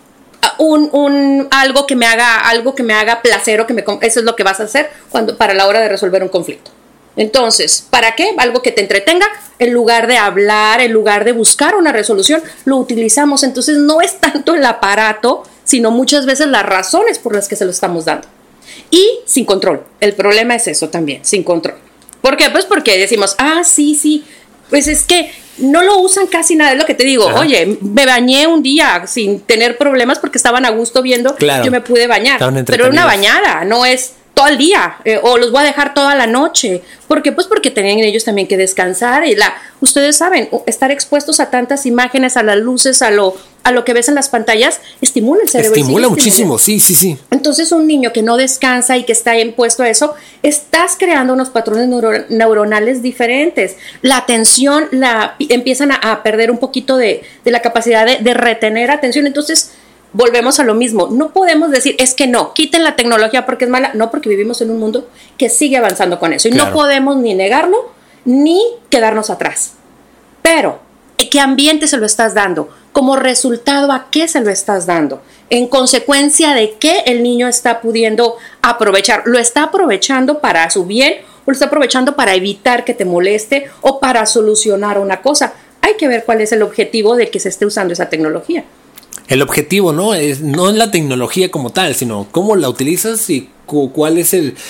algo que me haga placer, eso es lo que vas a hacer para la hora de resolver un conflicto. Entonces, ¿para qué? Algo que te entretenga, en lugar de hablar, en lugar de buscar una resolución, lo utilizamos. Entonces, no es tanto el aparato, sino muchas veces las razones por las que se lo estamos dando. Y sin control. El problema es eso también, sin control. ¿Por qué? Pues porque decimos, sí, pues es que no lo usan casi nada, es lo que te digo. Ajá. Oye, me bañé un día sin tener problemas porque estaban a gusto viendo, claro, yo me pude bañar. Pero una bañada, no es todo el día, o los voy a dejar toda la noche. ¿Por qué? Pues porque tenían ellos también que descansar. Y ustedes saben, estar expuestos a tantas imágenes, a las luces, a lo que ves en las pantallas, estimula el cerebro. Estimula muchísimo, sí. Entonces un niño que no descansa y que está impuesto a eso, estás creando unos patrones neuronales diferentes. La atención empiezan a perder un poquito de la capacidad de retener atención. Entonces volvemos a lo mismo. No podemos decir, es que no, quiten la tecnología porque es mala. No, porque vivimos en un mundo que sigue avanzando con eso. Y no podemos ni negarlo, ni quedarnos atrás. Pero, ¿qué ambiente se lo estás dando? Como resultado, ¿a qué se lo estás dando? En consecuencia de qué el niño está pudiendo aprovechar. ¿Lo está aprovechando para su bien o lo está aprovechando para evitar que te moleste o para solucionar una cosa? Hay que ver cuál es el objetivo de que se esté usando esa tecnología. El objetivo, ¿no? No es la tecnología como tal, sino cómo la utilizas y cuál es el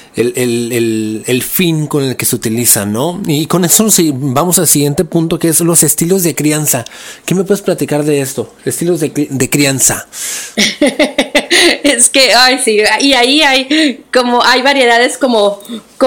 fin con el que se utiliza, ¿no? Y con eso sí, vamos al siguiente punto, que es los estilos de crianza. ¿Qué me puedes platicar de esto? Estilos de crianza. Es que, ay, sí, y ahí hay variedades como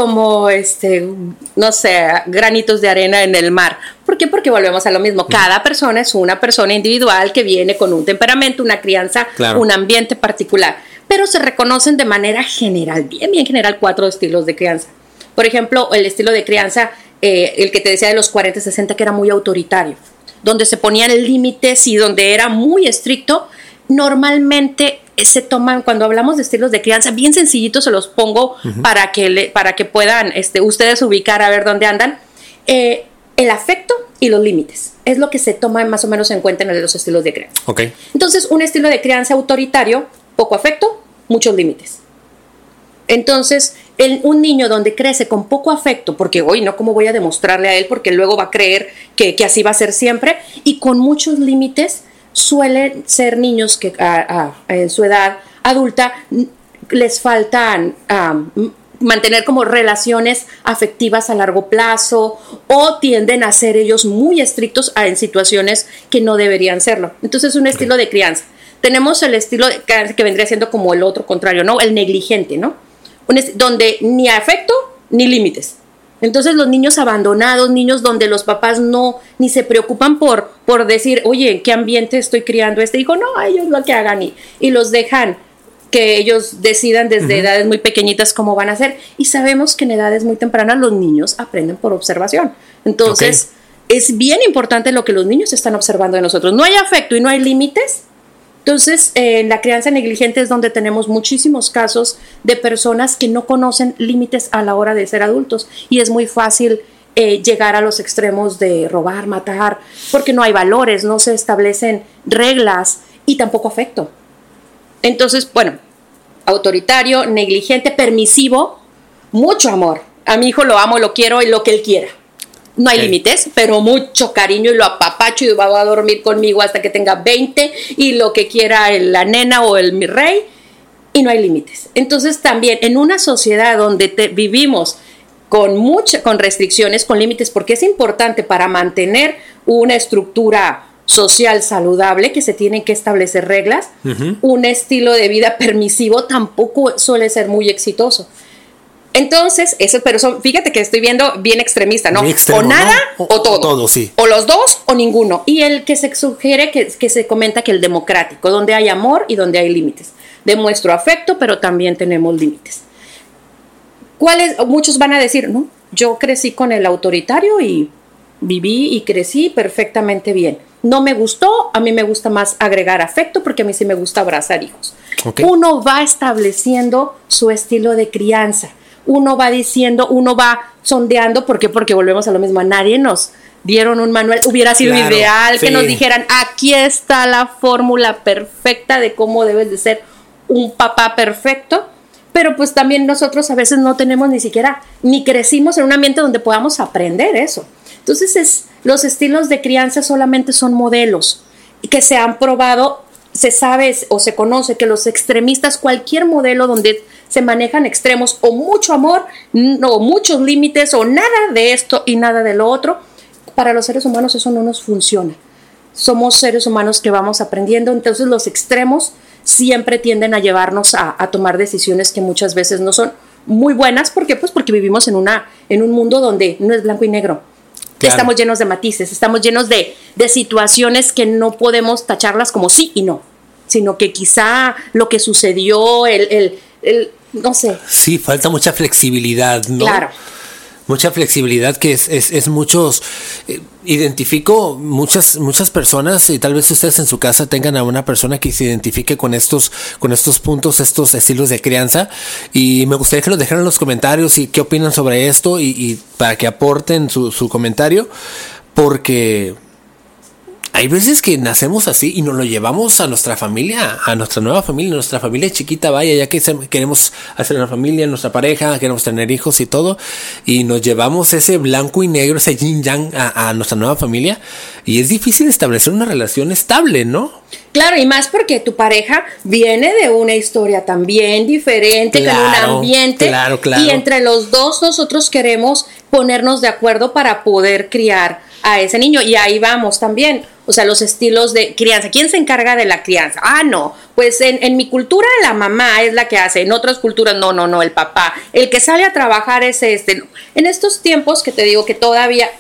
no sé, granitos de arena en el mar. ¿Por qué? Porque volvemos a lo mismo. Cada persona es una persona individual que viene con un temperamento, una crianza, un ambiente particular. Pero se reconocen de manera general, bien general, 4 estilos de crianza. Por ejemplo, el estilo de crianza, el que te decía de los 40-60, que era muy autoritario, donde se ponían límites y donde era muy estricto. Normalmente se toman, cuando hablamos de estilos de crianza, bien sencillitos se los pongo para que puedan ustedes ubicar a ver dónde andan. El afecto y los límites es lo que se toma más o menos en cuenta en los estilos de crianza. Okay. Entonces, un estilo de crianza autoritario, poco afecto, muchos límites. Entonces, un niño donde crece con poco afecto, porque hoy no, ¿cómo voy a demostrarle a él? Porque luego va a creer que así va a ser siempre, y con muchos límites, suelen ser niños que en su edad adulta les faltan mantener como relaciones afectivas a largo plazo, o tienden a ser ellos muy estrictos en situaciones que no deberían serlo. Entonces, un estilo de crianza. Tenemos el estilo que vendría siendo como el otro contrario, ¿no? El negligente, ¿no? Donde ni afecto ni límites. Entonces los niños abandonados, niños donde los papás ni se preocupan por decir, oye, ¿en qué ambiente estoy criando este hijo? No, ellos lo que hagan y los dejan que ellos decidan desde edades muy pequeñitas cómo van a hacer. Y sabemos que en edades muy tempranas los niños aprenden por observación. Entonces, es bien importante lo que los niños están observando de nosotros. No hay afecto y no hay límites. Entonces, la crianza negligente es donde tenemos muchísimos casos de personas que no conocen límites a la hora de ser adultos, y es muy fácil llegar a los extremos de robar, matar, porque no hay valores, no se establecen reglas y tampoco afecto. Entonces, bueno, autoritario, negligente, permisivo, mucho amor. A mi hijo lo amo, lo quiero y lo que él quiera. No hay límites, pero mucho cariño, y lo apapacho y va a dormir conmigo hasta que tenga 20 y lo que quiera la nena o mi rey, y no hay límites. Entonces también en una sociedad donde vivimos con restricciones, con límites, porque es importante para mantener una estructura social saludable que se tienen que establecer reglas, un estilo de vida permisivo tampoco suele ser muy exitoso. Entonces, fíjate que estoy viendo bien extremista, ¿no? Extremo, o nada, ¿no? o todo. Todo, sí. O los dos o ninguno. Y el que se sugiere, que se comenta que el democrático, donde hay amor y donde hay límites. Demuestro afecto, pero también tenemos límites. Muchos van a decir, no, yo crecí con el autoritario y viví y crecí perfectamente bien. No me gustó, a mí me gusta más agregar afecto porque a mí sí me gusta abrazar hijos. Uno va estableciendo su estilo de crianza. Uno va diciendo, uno va sondeando. ¿Por qué? Porque volvemos a lo mismo. A nadie nos dieron un manual. Hubiera sido ideal que nos dijeran, aquí está la fórmula perfecta de cómo debes de ser un papá perfecto. Pero pues también nosotros a veces no tenemos ni crecimos en un ambiente donde podamos aprender eso. Entonces los estilos de crianza solamente son modelos que se han probado. Se sabe o se conoce que los extremistas, cualquier modelo donde se manejan extremos, o mucho amor, o muchos límites, o nada de esto y nada de lo otro, para los seres humanos eso no nos funciona. Somos seres humanos que vamos aprendiendo, entonces los extremos siempre tienden a llevarnos a tomar decisiones que muchas veces no son muy buenas. ¿Por qué? Pues porque vivimos en un mundo donde no es blanco y negro. Claro. Estamos llenos de matices, estamos llenos de situaciones que no podemos tacharlas como sí y no, sino que quizá lo que sucedió, no sé. Sí, falta mucha flexibilidad, ¿no? Claro. mucha flexibilidad, que es muchos, identifico muchas personas, y tal vez ustedes en su casa tengan a una persona que se identifique con estos puntos, estos estilos de crianza, y me gustaría que los dejaran en los comentarios y qué opinan sobre esto, y para que aporten su comentario, porque hay veces que nacemos así y nos lo llevamos a nuestra familia, a nuestra nueva familia, nuestra familia chiquita, vaya, ya que queremos hacer una familia, nuestra pareja, queremos tener hijos y todo, y nos llevamos ese blanco y negro, ese yin yang a nuestra nueva familia, y es difícil establecer una relación estable, ¿no? Claro, y más porque tu pareja viene de una historia también diferente, con un ambiente, claro. Y entre los dos nosotros queremos ponernos de acuerdo para poder criar a ese niño, y ahí vamos también, o sea, los estilos de crianza. ¿Quién se encarga de la crianza? No, pues en mi cultura la mamá es la que hace, en otras culturas no, el papá, el que sale a trabajar es este. En estos tiempos que te digo que todavía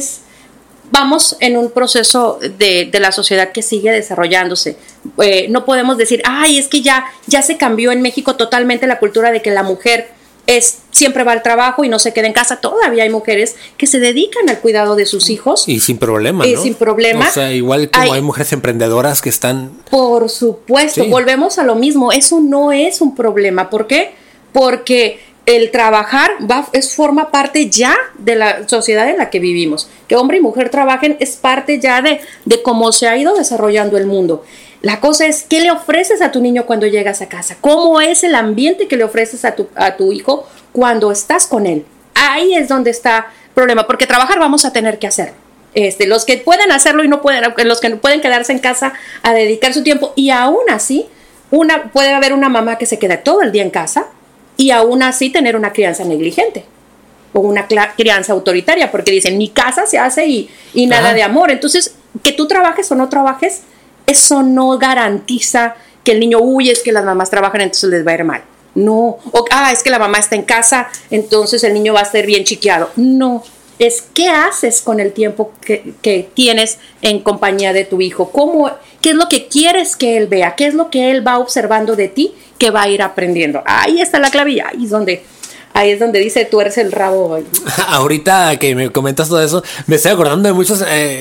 vamos en un proceso de la sociedad que sigue desarrollándose. No podemos decir, es que ya se cambió en México totalmente la cultura de que la mujer siempre va al trabajo y no se queda en casa. Todavía hay mujeres que se dedican al cuidado de sus hijos. Y sin problema, ¿no? Sin problema. O sea, igual como hay mujeres emprendedoras que están... Por supuesto, sí. Volvemos a lo mismo. Eso no es un problema. ¿Por qué? Porque el trabajar forma parte ya de la sociedad en la que vivimos. Que hombre y mujer trabajen es parte ya de cómo se ha ido desarrollando el mundo. La cosa es, ¿qué le ofreces a tu niño cuando llegas a casa? ¿Cómo es el ambiente que le ofreces a tu hijo cuando estás con él? Ahí es donde está el problema, porque trabajar vamos a tener que hacerlo. Los que pueden hacerlo y no pueden, los que pueden quedarse en casa a dedicar su tiempo, y aún así, puede haber una mamá que se queda todo el día en casa y aún así tener una crianza negligente o una crianza autoritaria, porque dicen, mi casa se hace y nada de amor. Entonces, que tú trabajes o no trabajes, eso no garantiza que el niño, es que las mamás trabajan, entonces les va a ir mal. No. Es que la mamá está en casa, entonces el niño va a ser bien chiqueado. No. Es qué haces con el tiempo que tienes en compañía de tu hijo. ¿Qué es lo que quieres que él vea? ¿Qué es lo que él va observando de ti que va a ir aprendiendo? Ahí está la clavilla. Ahí es donde dice, tú eres el rabo. Ahorita que me comentas todo eso, me estoy acordando de muchos...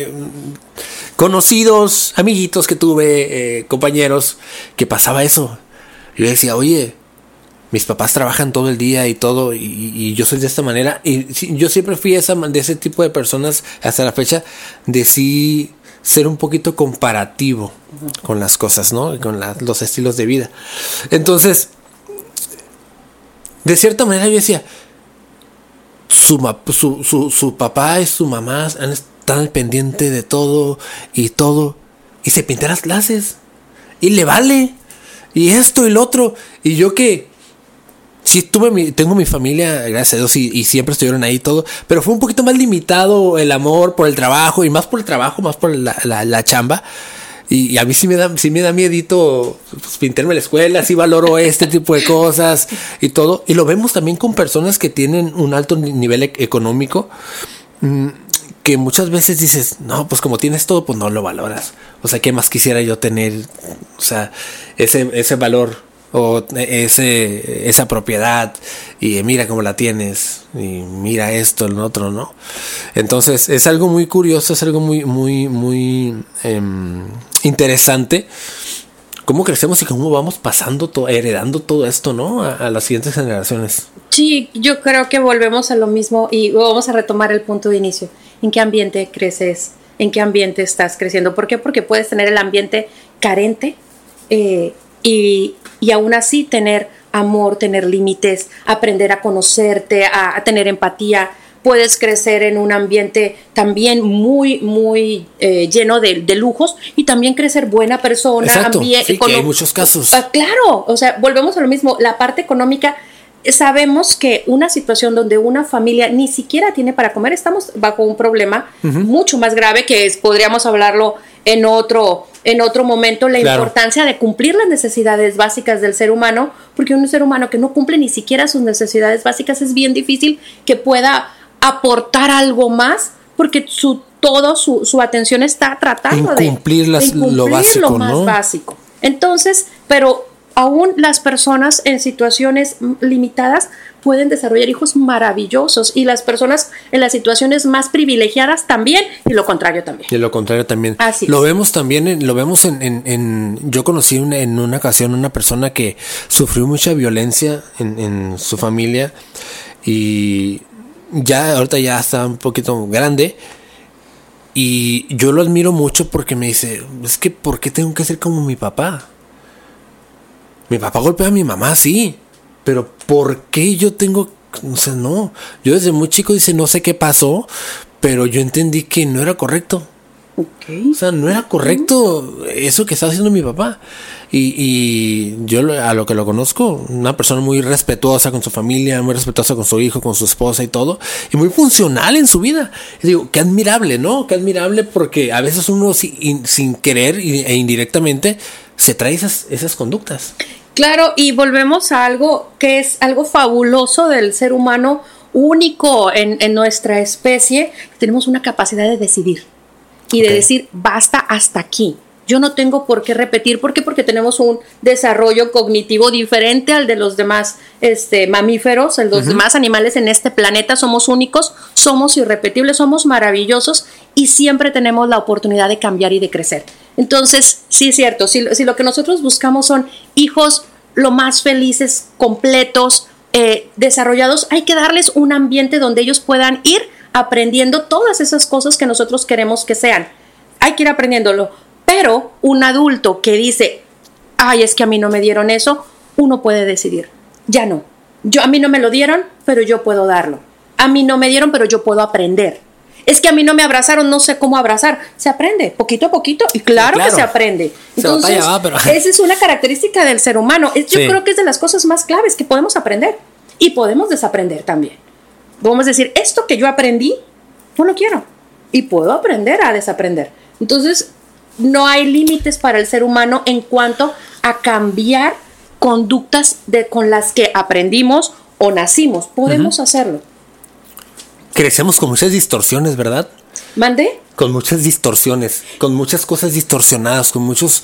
conocidos, amiguitos que tuve, compañeros, que pasaba eso. Yo decía, oye, mis papás trabajan todo el día y todo, y yo soy de esta manera. Y yo siempre fui de ese tipo de personas hasta la fecha, de sí ser un poquito comparativo con las cosas, ¿no? Con los estilos de vida. Entonces, de cierta manera yo decía, su papá y su mamá están al pendiente de todo, y se pintan las clases, y le vale, y esto y lo otro, y yo que sí tengo mi familia, gracias a Dios, y siempre estuvieron ahí todo, pero fue un poquito más limitado el amor por el trabajo, y más por el trabajo, más por la chamba, y a mí sí me da miedito, pues, pintarme la escuela, sí valoro este tipo de cosas y todo, y lo vemos también con personas que tienen un alto nivel económico, que muchas veces dices, no, pues como tienes todo, pues no lo valoras. O sea, ¿qué más quisiera yo tener? O sea, ese valor o esa propiedad, y mira cómo la tienes, y mira esto, el otro, ¿no? Entonces, es algo muy curioso, es algo muy, muy, muy interesante. Cómo crecemos y cómo vamos heredando todo esto, ¿no? A las siguientes generaciones. Sí, yo creo que volvemos a lo mismo y vamos a retomar el punto de inicio. ¿En qué ambiente creces? ¿En qué ambiente estás creciendo? ¿Por qué? Porque puedes tener el ambiente carente y aún así tener amor, tener límites, aprender a conocerte, a tener empatía. Puedes crecer en un ambiente también muy, muy lleno de lujos, y también crecer buena persona. Exacto, sí, que hay muchos casos. Claro, o sea, volvemos a lo mismo. La parte económica, sabemos que una situación donde una familia ni siquiera tiene para comer, estamos bajo un problema mucho más grave, que podríamos hablarlo en otro momento, la importancia de cumplir las necesidades básicas del ser humano, porque un ser humano que no cumple ni siquiera sus necesidades básicas, es bien difícil que pueda aportar algo más, porque su atención está tratando de cumplir lo básico, lo más básico. Entonces, pero aún las personas en situaciones limitadas pueden desarrollar hijos maravillosos, y las personas en las situaciones más privilegiadas también, y lo contrario también. Y lo contrario también. Así lo es. vemos también, lo vemos yo conocí en una ocasión una persona que sufrió mucha violencia en su familia, y ahorita ya está un poquito grande, y yo lo admiro mucho porque me dice, es que ¿por qué tengo que ser como mi papá? Mi papá golpea a mi mamá, sí, pero ¿por qué yo tengo? O sea, no. Yo desde muy chico dice, no sé qué pasó, pero yo entendí que no era correcto. Okay. O sea, no era correcto eso que está haciendo mi papá. Y yo a lo que lo conozco, una persona muy respetuosa con su familia, muy respetuosa con su hijo, con su esposa y todo, y muy funcional en su vida. Y digo, qué admirable, ¿no? Qué admirable, porque a veces uno sin querer e indirectamente se trae esas conductas. Claro, y volvemos a algo que es algo fabuloso del ser humano, único en nuestra especie. Tenemos una capacidad de decidir y de decir, basta hasta aquí. Yo no tengo por qué repetir. ¿Por qué? Porque tenemos un desarrollo cognitivo diferente al de los demás mamíferos, los demás animales en este planeta. Somos únicos, somos irrepetibles, somos maravillosos, y siempre tenemos la oportunidad de cambiar y de crecer. Entonces, sí es cierto, si lo que nosotros buscamos son hijos lo más felices, completos, desarrollados, hay que darles un ambiente donde ellos puedan ir aprendiendo todas esas cosas que nosotros queremos que sean. Hay que ir aprendiéndolo. Pero un adulto que dice, ay, es que a mí no me dieron eso, uno puede decidir, ya no. A mí no me lo dieron, pero yo puedo darlo. A mí no me dieron, pero yo puedo aprender. Es que a mí no me abrazaron, no sé cómo abrazar. Se aprende, poquito a poquito, y claro que se aprende. Entonces, esa es una característica del ser humano. Yo creo que es de las cosas más claves que podemos aprender. Y podemos desaprender también. Podemos decir, esto que yo aprendí, no lo quiero. Y puedo aprender a desaprender. Entonces, no hay límites para el ser humano en cuanto a cambiar conductas con las que aprendimos o nacimos. Podemos hacerlo. Crecemos con muchas distorsiones, ¿verdad? ¿Mandé? Con muchas distorsiones, con muchas cosas distorsionadas, con muchos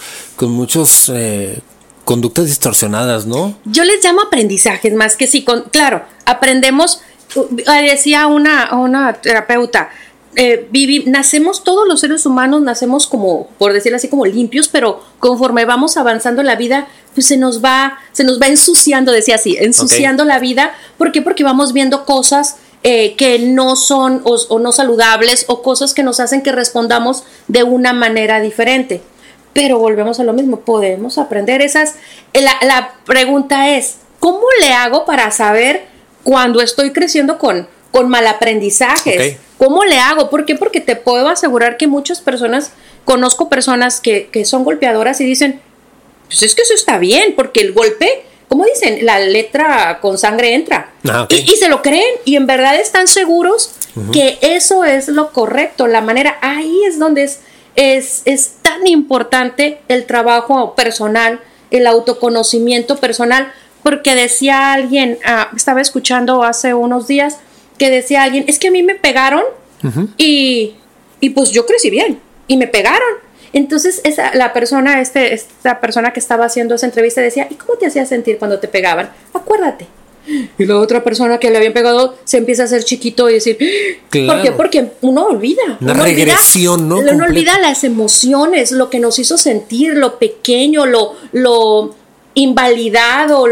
conductas distorsionadas, ¿no? Yo les llamo aprendizajes más que sí. Claro, aprendemos. Decía una terapeuta, nacemos, todos los seres humanos nacemos como, por decirlo así, como limpios, pero conforme vamos avanzando en la vida, pues se nos va ensuciando, decía así, ensuciando la vida. ¿Por qué? Porque vamos viendo cosas que no son o no saludables, o cosas que nos hacen que respondamos de una manera diferente. Pero volvemos a lo mismo, podemos aprender la pregunta es, ¿cómo le hago para saber cuando estoy creciendo con malaprendizajes? Okay. ¿Cómo le hago? ¿Por qué? Porque te puedo asegurar que muchas personas, conozco personas que son golpeadoras y dicen, pues es que eso está bien, porque el golpe, ¿cómo dicen? La letra con sangre entra. Okay. Y se lo creen, y en verdad están seguros que eso es lo correcto, la manera. Ahí es donde es tan importante el trabajo personal, el autoconocimiento personal, porque decía alguien, estaba escuchando hace unos días, que decía alguien, es que a mí me pegaron y pues yo crecí bien y me pegaron. Entonces esta persona que estaba haciendo esa entrevista decía, ¿y cómo te hacía sentir cuando te pegaban? Acuérdate. Y la otra persona que le habían pegado se empieza a hacer chiquito y decir, claro. ¿Por qué? Porque uno olvida. Una regresión, ¿no? Uno olvida las emociones, lo que nos hizo sentir, lo pequeño, lo invalidado,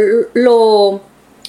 lo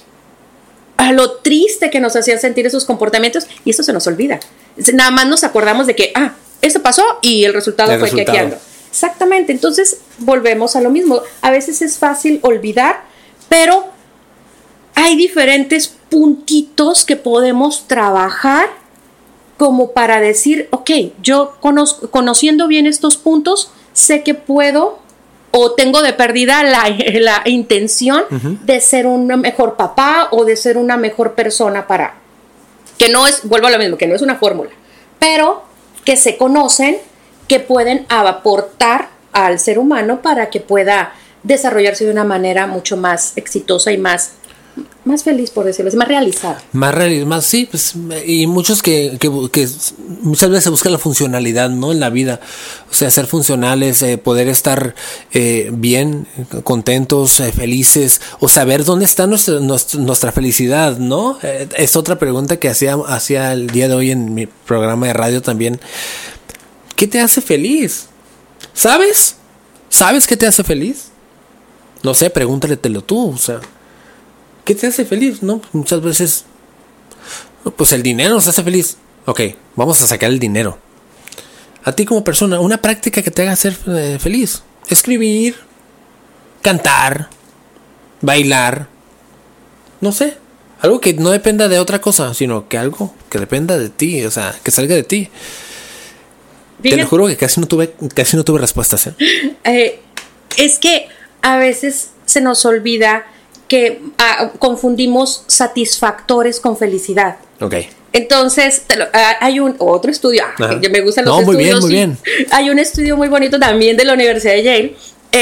triste que nos hacían sentir esos comportamientos, y eso se nos olvida. Nada más nos acordamos de que, esto pasó y el resultado fue que aquí ando. Exactamente, entonces volvemos a lo mismo. A veces es fácil olvidar, pero hay diferentes puntitos que podemos trabajar como para decir, ok, yo conociendo bien estos puntos, sé que puedo o tengo de perdida la intención de ser un mejor papá o de ser una mejor persona para... Que no es, vuelvo a lo mismo, que no es una fórmula, pero que se conocen, que pueden aportar al ser humano para que pueda desarrollarse de una manera mucho más exitosa y más más feliz, por decirlo así, más realizado. Más sí, pues, y muchos que muchas veces se buscan la funcionalidad, ¿no? En la vida, o sea, ser funcionales, poder estar bien, contentos, felices, o saber dónde está nuestra felicidad, ¿no? Es otra pregunta que hacía el día de hoy en mi programa de radio también. ¿Qué te hace feliz? ¿Sabes? ¿Sabes qué te hace feliz? No sé, pregúntaletelo tú, o sea, ¿qué te hace feliz? ¿No? Muchas veces, pues el dinero nos hace feliz. Ok, vamos a sacar el dinero. A ti como persona, una práctica que te haga ser feliz. Escribir, cantar, bailar, no sé. Algo que no dependa de otra cosa, sino que algo que dependa de ti, o sea, que salga de ti. Te lo juro que casi no tuve respuestas, ¿eh? Es que a veces se nos olvida que confundimos satisfactores con felicidad. Ok. Entonces, hay otro estudio, que me gustan los estudios. Muy bien. Hay un estudio muy bonito también de la Universidad de Yale,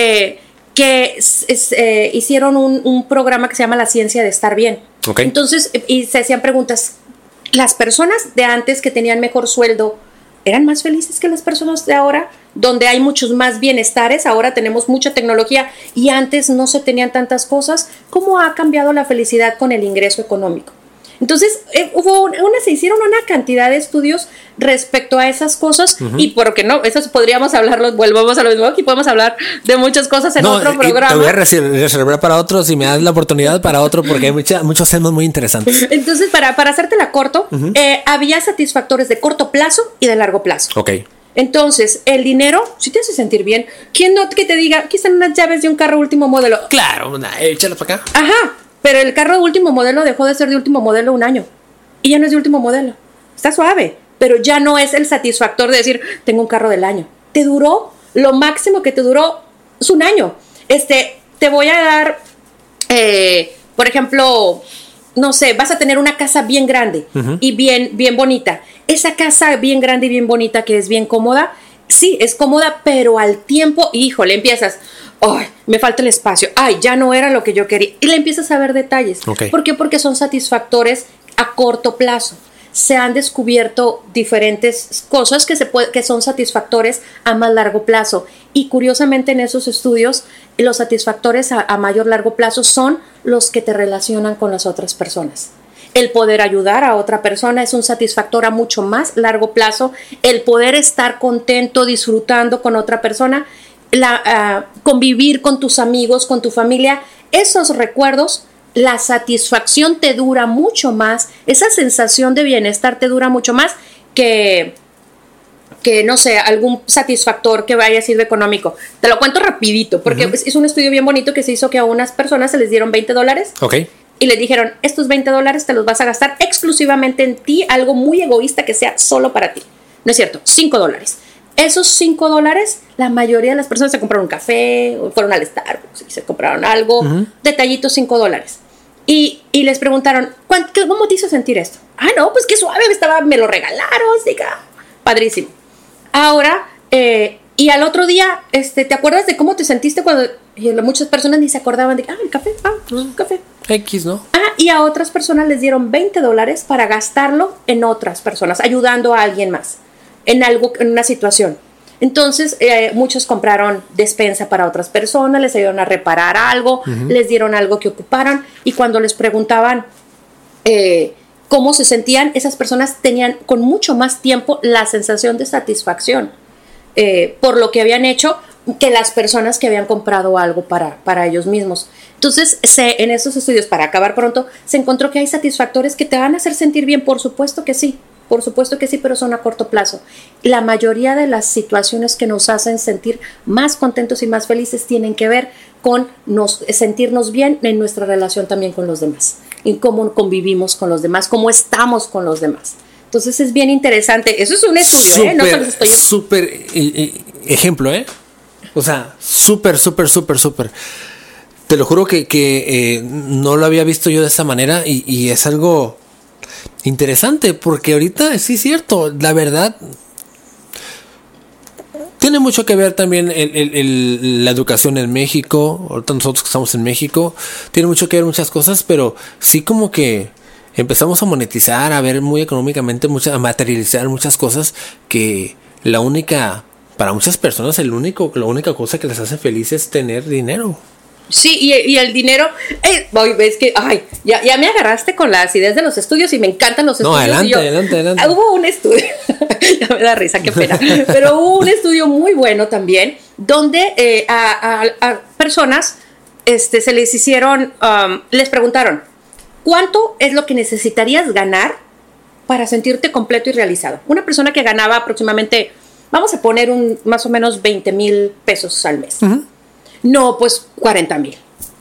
que hicieron un programa que se llama La Ciencia de Estar Bien. Okay. Entonces, y se hacían preguntas, ¿las personas de antes que tenían mejor sueldo eran más felices que las personas de ahora? Donde hay muchos más bienestares, ahora tenemos mucha tecnología y antes no se tenían tantas cosas. ¿Cómo ha cambiado la felicidad con el ingreso económico? Entonces, se hicieron una cantidad de estudios respecto a esas cosas, y porque no, eso podríamos hablarlo, volvamos a lo mismo, aquí podemos hablar de muchas cosas en otro programa. Te voy a reservar para otro, si me das la oportunidad para otro, porque hay muchos temas muy interesantes. Entonces, para hacértela corto, había satisfactores de corto plazo y de largo plazo. Ok. Entonces, el dinero, si te hace sentir bien, ¿quién no que te diga, aquí están unas llaves de un carro último modelo? Claro, échalas para acá. Ajá. Pero el carro de último modelo dejó de ser de último modelo un año. Y ya no es de último modelo. Está suave. Pero ya no es el satisfactor de decir, tengo un carro del año. Te duró, lo máximo que te duró es un año. Te voy a dar, por ejemplo, no sé, vas a tener una casa bien grande y bien bonita. Esa casa bien grande y bien bonita, que es bien cómoda, sí, es cómoda, pero al tiempo, híjole, empiezas... ¡Ay, me falta el espacio! ¡Ay, ya no era lo que yo quería! Y le empiezas a ver detalles. Okay. ¿Por qué? Porque son satisfactores a corto plazo. Se han descubierto diferentes cosas que son satisfactores a más largo plazo. Y curiosamente en esos estudios, los satisfactores a mayor largo plazo son los que te relacionan con las otras personas. El poder ayudar a otra persona es un satisfactor a mucho más largo plazo. El poder estar contento, disfrutando con otra persona, convivir con tus amigos, con tu familia, esos recuerdos, la satisfacción te dura mucho más, esa sensación de bienestar te dura mucho más que no sé, algún satisfactor que vaya a ser económico. Te lo cuento rapidito, porque es un estudio bien bonito que se hizo que a unas personas se les dieron $20. Ok. Y les dijeron, estos $20 te los vas a gastar exclusivamente en ti, algo muy egoísta que sea solo para ti. No es cierto, $5. Esos $5, la mayoría de las personas se compraron un café, o fueron al Starbucks y se compraron algo, detallitos, $5. Y les preguntaron, ¿cómo te hizo sentir esto? Ah, no, pues qué suave, me lo regalaron, diga, padrísimo. Ahora, y al otro día, ¿te acuerdas de cómo te sentiste cuando? Y muchas personas ni se acordaban de, el café, un café. X, ¿no? Y a otras personas les dieron $20 para gastarlo en otras personas, ayudando a alguien más. En algo, en una situación. Entonces, muchos compraron despensa para otras personas, les ayudaron a reparar algo, les dieron algo que ocuparan, y cuando les preguntaban cómo se sentían, esas personas tenían con mucho más tiempo la sensación de satisfacción por lo que habían hecho que las personas que habían comprado algo para ellos mismos. Entonces, en esos estudios, para acabar pronto, se encontró que hay satisfactores que te van a hacer sentir bien, por supuesto que sí. Por supuesto que sí, pero son a corto plazo. La mayoría de las situaciones que nos hacen sentir más contentos y más felices tienen que ver con sentirnos bien en nuestra relación también con los demás, en cómo convivimos con los demás, cómo estamos con los demás. Entonces es bien interesante. Eso es un estudio, no se los estoy... Súper ejemplo, o sea, súper. Te lo juro que no lo había visto yo de esa manera y es algo... interesante, porque ahorita sí es cierto, la verdad, Tiene mucho que ver también la educación en México, ahorita nosotros que estamos en México, tiene mucho que ver muchas cosas, pero sí como que empezamos a monetizar, a ver muy económicamente, a materializar muchas cosas que para muchas personas la única cosa que les hace feliz es tener dinero. Sí, y el dinero, ves que, ya me agarraste con las ideas de los estudios y me encantan los estudios. No, adelante. Hubo un estudio, ya me da risa, qué pena, pero hubo un estudio muy bueno también, donde a personas se les hicieron, les preguntaron, ¿cuánto es lo que necesitarías ganar para sentirte completo y realizado? Una persona que ganaba aproximadamente, vamos a poner más o menos 20,000 pesos al mes. Uh-huh. No, pues 40,000.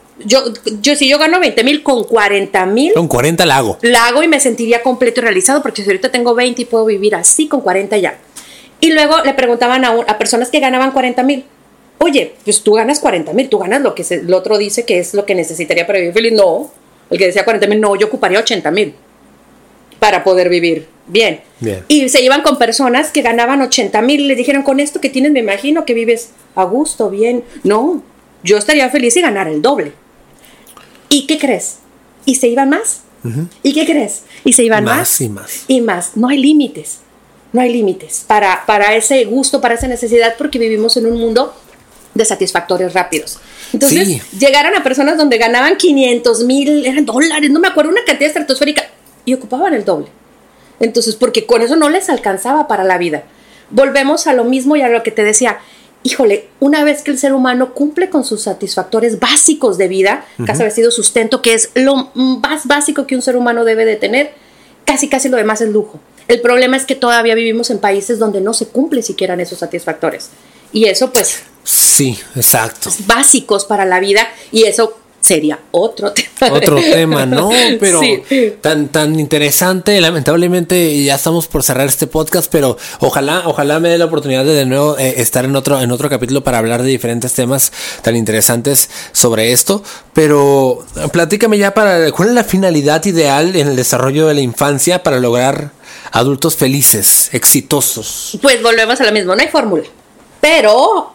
Si yo gano 20,000 con 40,000. Con 40 la hago. La hago y me sentiría completo y realizado, porque si ahorita tengo 20 y puedo vivir así con 40 ya. Y luego le preguntaban a personas que ganaban 40,000. Oye, pues tú ganas 40,000, tú ganas lo que el otro dice que es lo que necesitaría para vivir feliz. No, el que decía 40,000, no, yo ocuparía 80,000 para poder vivir bien. Y se iban con personas que ganaban 80,000 y les dijeron, con esto que tienes me imagino que vives a gusto, bien. No, yo estaría feliz y ganar el doble. ¿Y qué crees? ¿Y se iban más? Uh-huh. ¿Y qué crees? ¿Y se iban más? Y más. Y más. No hay límites. No hay límites para ese gusto, para esa necesidad, porque vivimos en un mundo de satisfactorios rápidos. Entonces, llegaron a personas donde ganaban 500,000, eran dólares, no me acuerdo, una cantidad estratosférica, y ocupaban el doble. Entonces, porque con eso no les alcanzaba para la vida. Volvemos a lo mismo y a lo que te decía. Híjole, una vez que el ser humano cumple con sus satisfactores básicos de vida, uh-huh, casa, vestido, sustento, que es lo más básico que un ser humano debe de tener, casi lo demás es lujo. El problema es que todavía vivimos en países donde no se cumple siquiera en esos satisfactores. Y eso, pues... Sí, exacto. Básicos para la vida, y eso sería otro tema. Otro tema, ¿no? Pero sí, tan interesante. Lamentablemente ya estamos por cerrar este podcast, pero ojalá me dé la oportunidad de nuevo estar en otro capítulo para hablar de diferentes temas tan interesantes sobre esto. Pero platícame ya ¿cuál es la finalidad ideal en el desarrollo de la infancia para lograr adultos felices, exitosos? Pues volvemos a lo mismo, no hay fórmula. Pero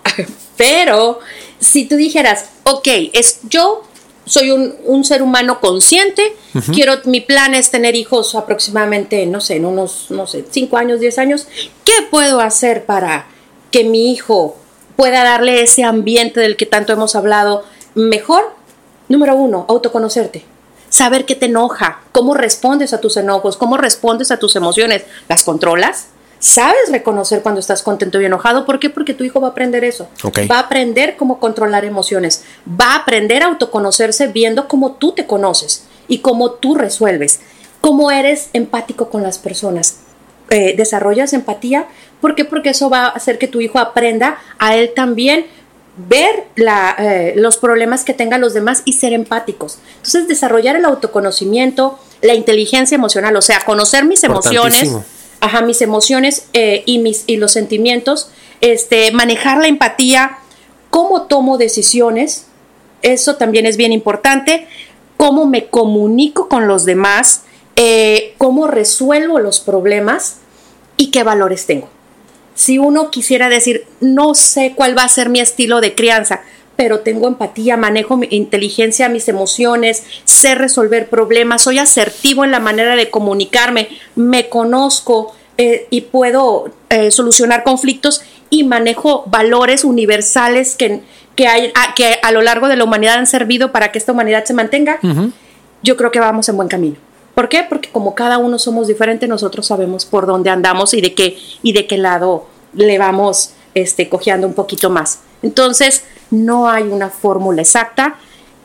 si tú dijeras, yo soy un ser humano consciente, uh-huh, mi plan es tener hijos aproximadamente, en unos 5 años, 10 años. ¿Qué puedo hacer para que mi hijo pueda darle ese ambiente del que tanto hemos hablado mejor? Número 1, autoconocerte. Saber qué te enoja, cómo respondes a tus enojos, cómo respondes a tus emociones. ¿Las controlas? ¿Sabes reconocer cuando estás contento y enojado? ¿Por qué? Porque tu hijo va a aprender eso. Okay. Va a aprender cómo controlar emociones. Va a aprender a autoconocerse viendo cómo tú te conoces y cómo tú resuelves. Cómo eres empático con las personas. Desarrollas empatía. ¿Por qué? Porque eso va a hacer que tu hijo aprenda a él también ver los problemas que tengan los demás y ser empáticos. Entonces, desarrollar el autoconocimiento, la inteligencia emocional, o sea, conocer mis emociones. Mis emociones y los sentimientos, manejar la empatía, cómo tomo decisiones, eso también es bien importante, cómo me comunico con los demás, cómo resuelvo los problemas y qué valores tengo. Si uno quisiera decir, no sé cuál va a ser mi estilo de crianza, pero tengo empatía, manejo mi inteligencia, mis emociones, sé resolver problemas, soy asertivo en la manera de comunicarme, me conozco y puedo solucionar conflictos y manejo valores universales que a lo largo de la humanidad han servido para que esta humanidad se mantenga. Uh-huh. Yo creo que vamos en buen camino. ¿Por qué? Porque como cada uno somos diferentes, nosotros sabemos por dónde andamos y de qué lado le vamos cojeando un poquito más. Entonces, no hay una fórmula exacta.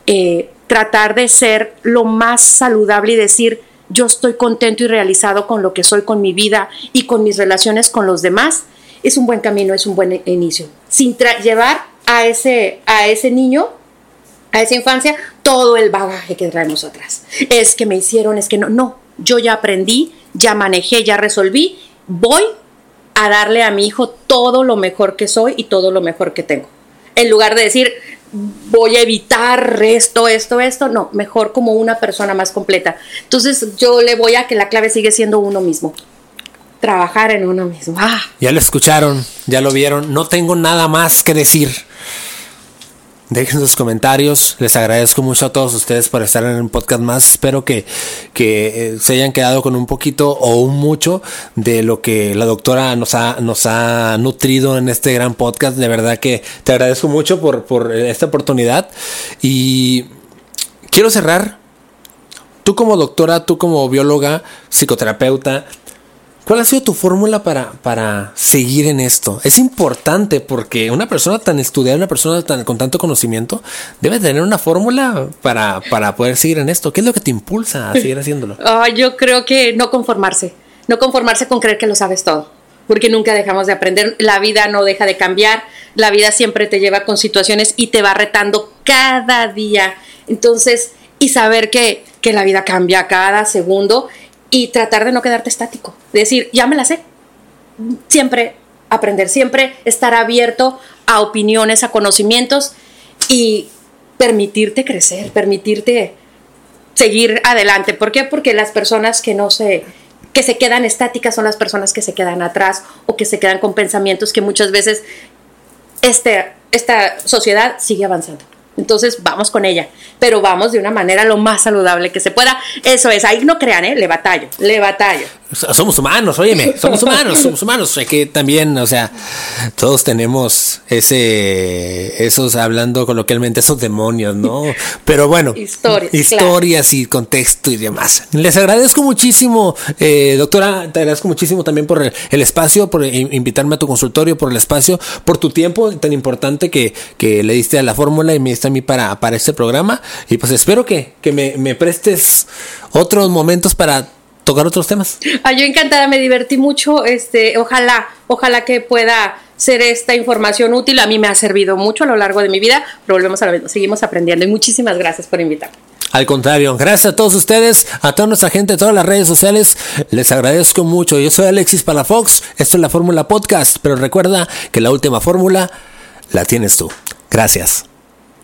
Tratar de ser lo más saludable y decir, yo estoy contento y realizado con lo que soy, con mi vida y con mis relaciones con los demás, es un buen camino, es un buen inicio. Sin llevar a ese niño, a esa infancia, todo el bagaje que traemos atrás. Es que me hicieron, es que no, yo ya aprendí, ya manejé, ya resolví, voy a darle a mi hijo todo lo mejor que soy y todo lo mejor que tengo. En lugar de decir, voy a evitar esto, no, mejor como una persona más completa. Entonces yo le voy a que la clave sigue siendo uno mismo. trabajar en uno mismo. Ya lo escucharon, ya lo vieron. No tengo nada más que decir. Dejen sus comentarios. Les agradezco mucho a todos ustedes por estar en un podcast más. Espero que se hayan quedado con un poquito o un mucho de lo que la doctora nos ha nutrido en este gran podcast. De verdad que te agradezco mucho por esta oportunidad. Y quiero cerrar. Tú como doctora, tú como bióloga, psicoterapeuta, ¿cuál ha sido tu fórmula para seguir en esto? Es importante porque una persona tan estudiada, una persona con tanto conocimiento, debe tener una fórmula para poder seguir en esto. ¿Qué es lo que te impulsa a seguir haciéndolo? Yo creo que no conformarse con creer que lo sabes todo, porque nunca dejamos de aprender. La vida no deja de cambiar, la vida siempre te lleva con situaciones y te va retando cada día. Entonces, y saber que la vida cambia cada segundo. Y tratar de no quedarte estático. Decir, ya me la sé. Siempre aprender, siempre estar abierto a opiniones, a conocimientos y permitirte crecer, permitirte seguir adelante. ¿Por qué? Porque las personas que se quedan estáticas son las personas que se quedan atrás o que se quedan con pensamientos que muchas veces esta sociedad sigue avanzando. Entonces vamos con ella, pero vamos de una manera lo más saludable que se pueda. Eso es, ahí no crean, le batallo. Somos humanos, óyeme, somos humanos. Hay que también, o sea, todos tenemos esos, hablando coloquialmente, esos demonios, ¿no? Pero bueno, historias claro. Y contexto y demás. Les agradezco muchísimo, doctora, te agradezco muchísimo también por el espacio, por invitarme a tu consultorio, por el espacio, por tu tiempo tan importante que le diste a la fórmula y me diste a mí para este programa. Y pues espero que me prestes otros momentos para tocar otros temas. Yo encantada, me divertí mucho. Ojalá que pueda ser esta información útil. A mí me ha servido mucho a lo largo de mi vida, pero volvemos a lo mismo, seguimos aprendiendo y muchísimas gracias por invitarme. Al contrario, gracias a todos ustedes, a toda nuestra gente, a todas las redes sociales, les agradezco mucho. Yo soy Alexis Palafox, esto es la Fórmula Podcast, pero recuerda que la última fórmula la tienes tú. Gracias.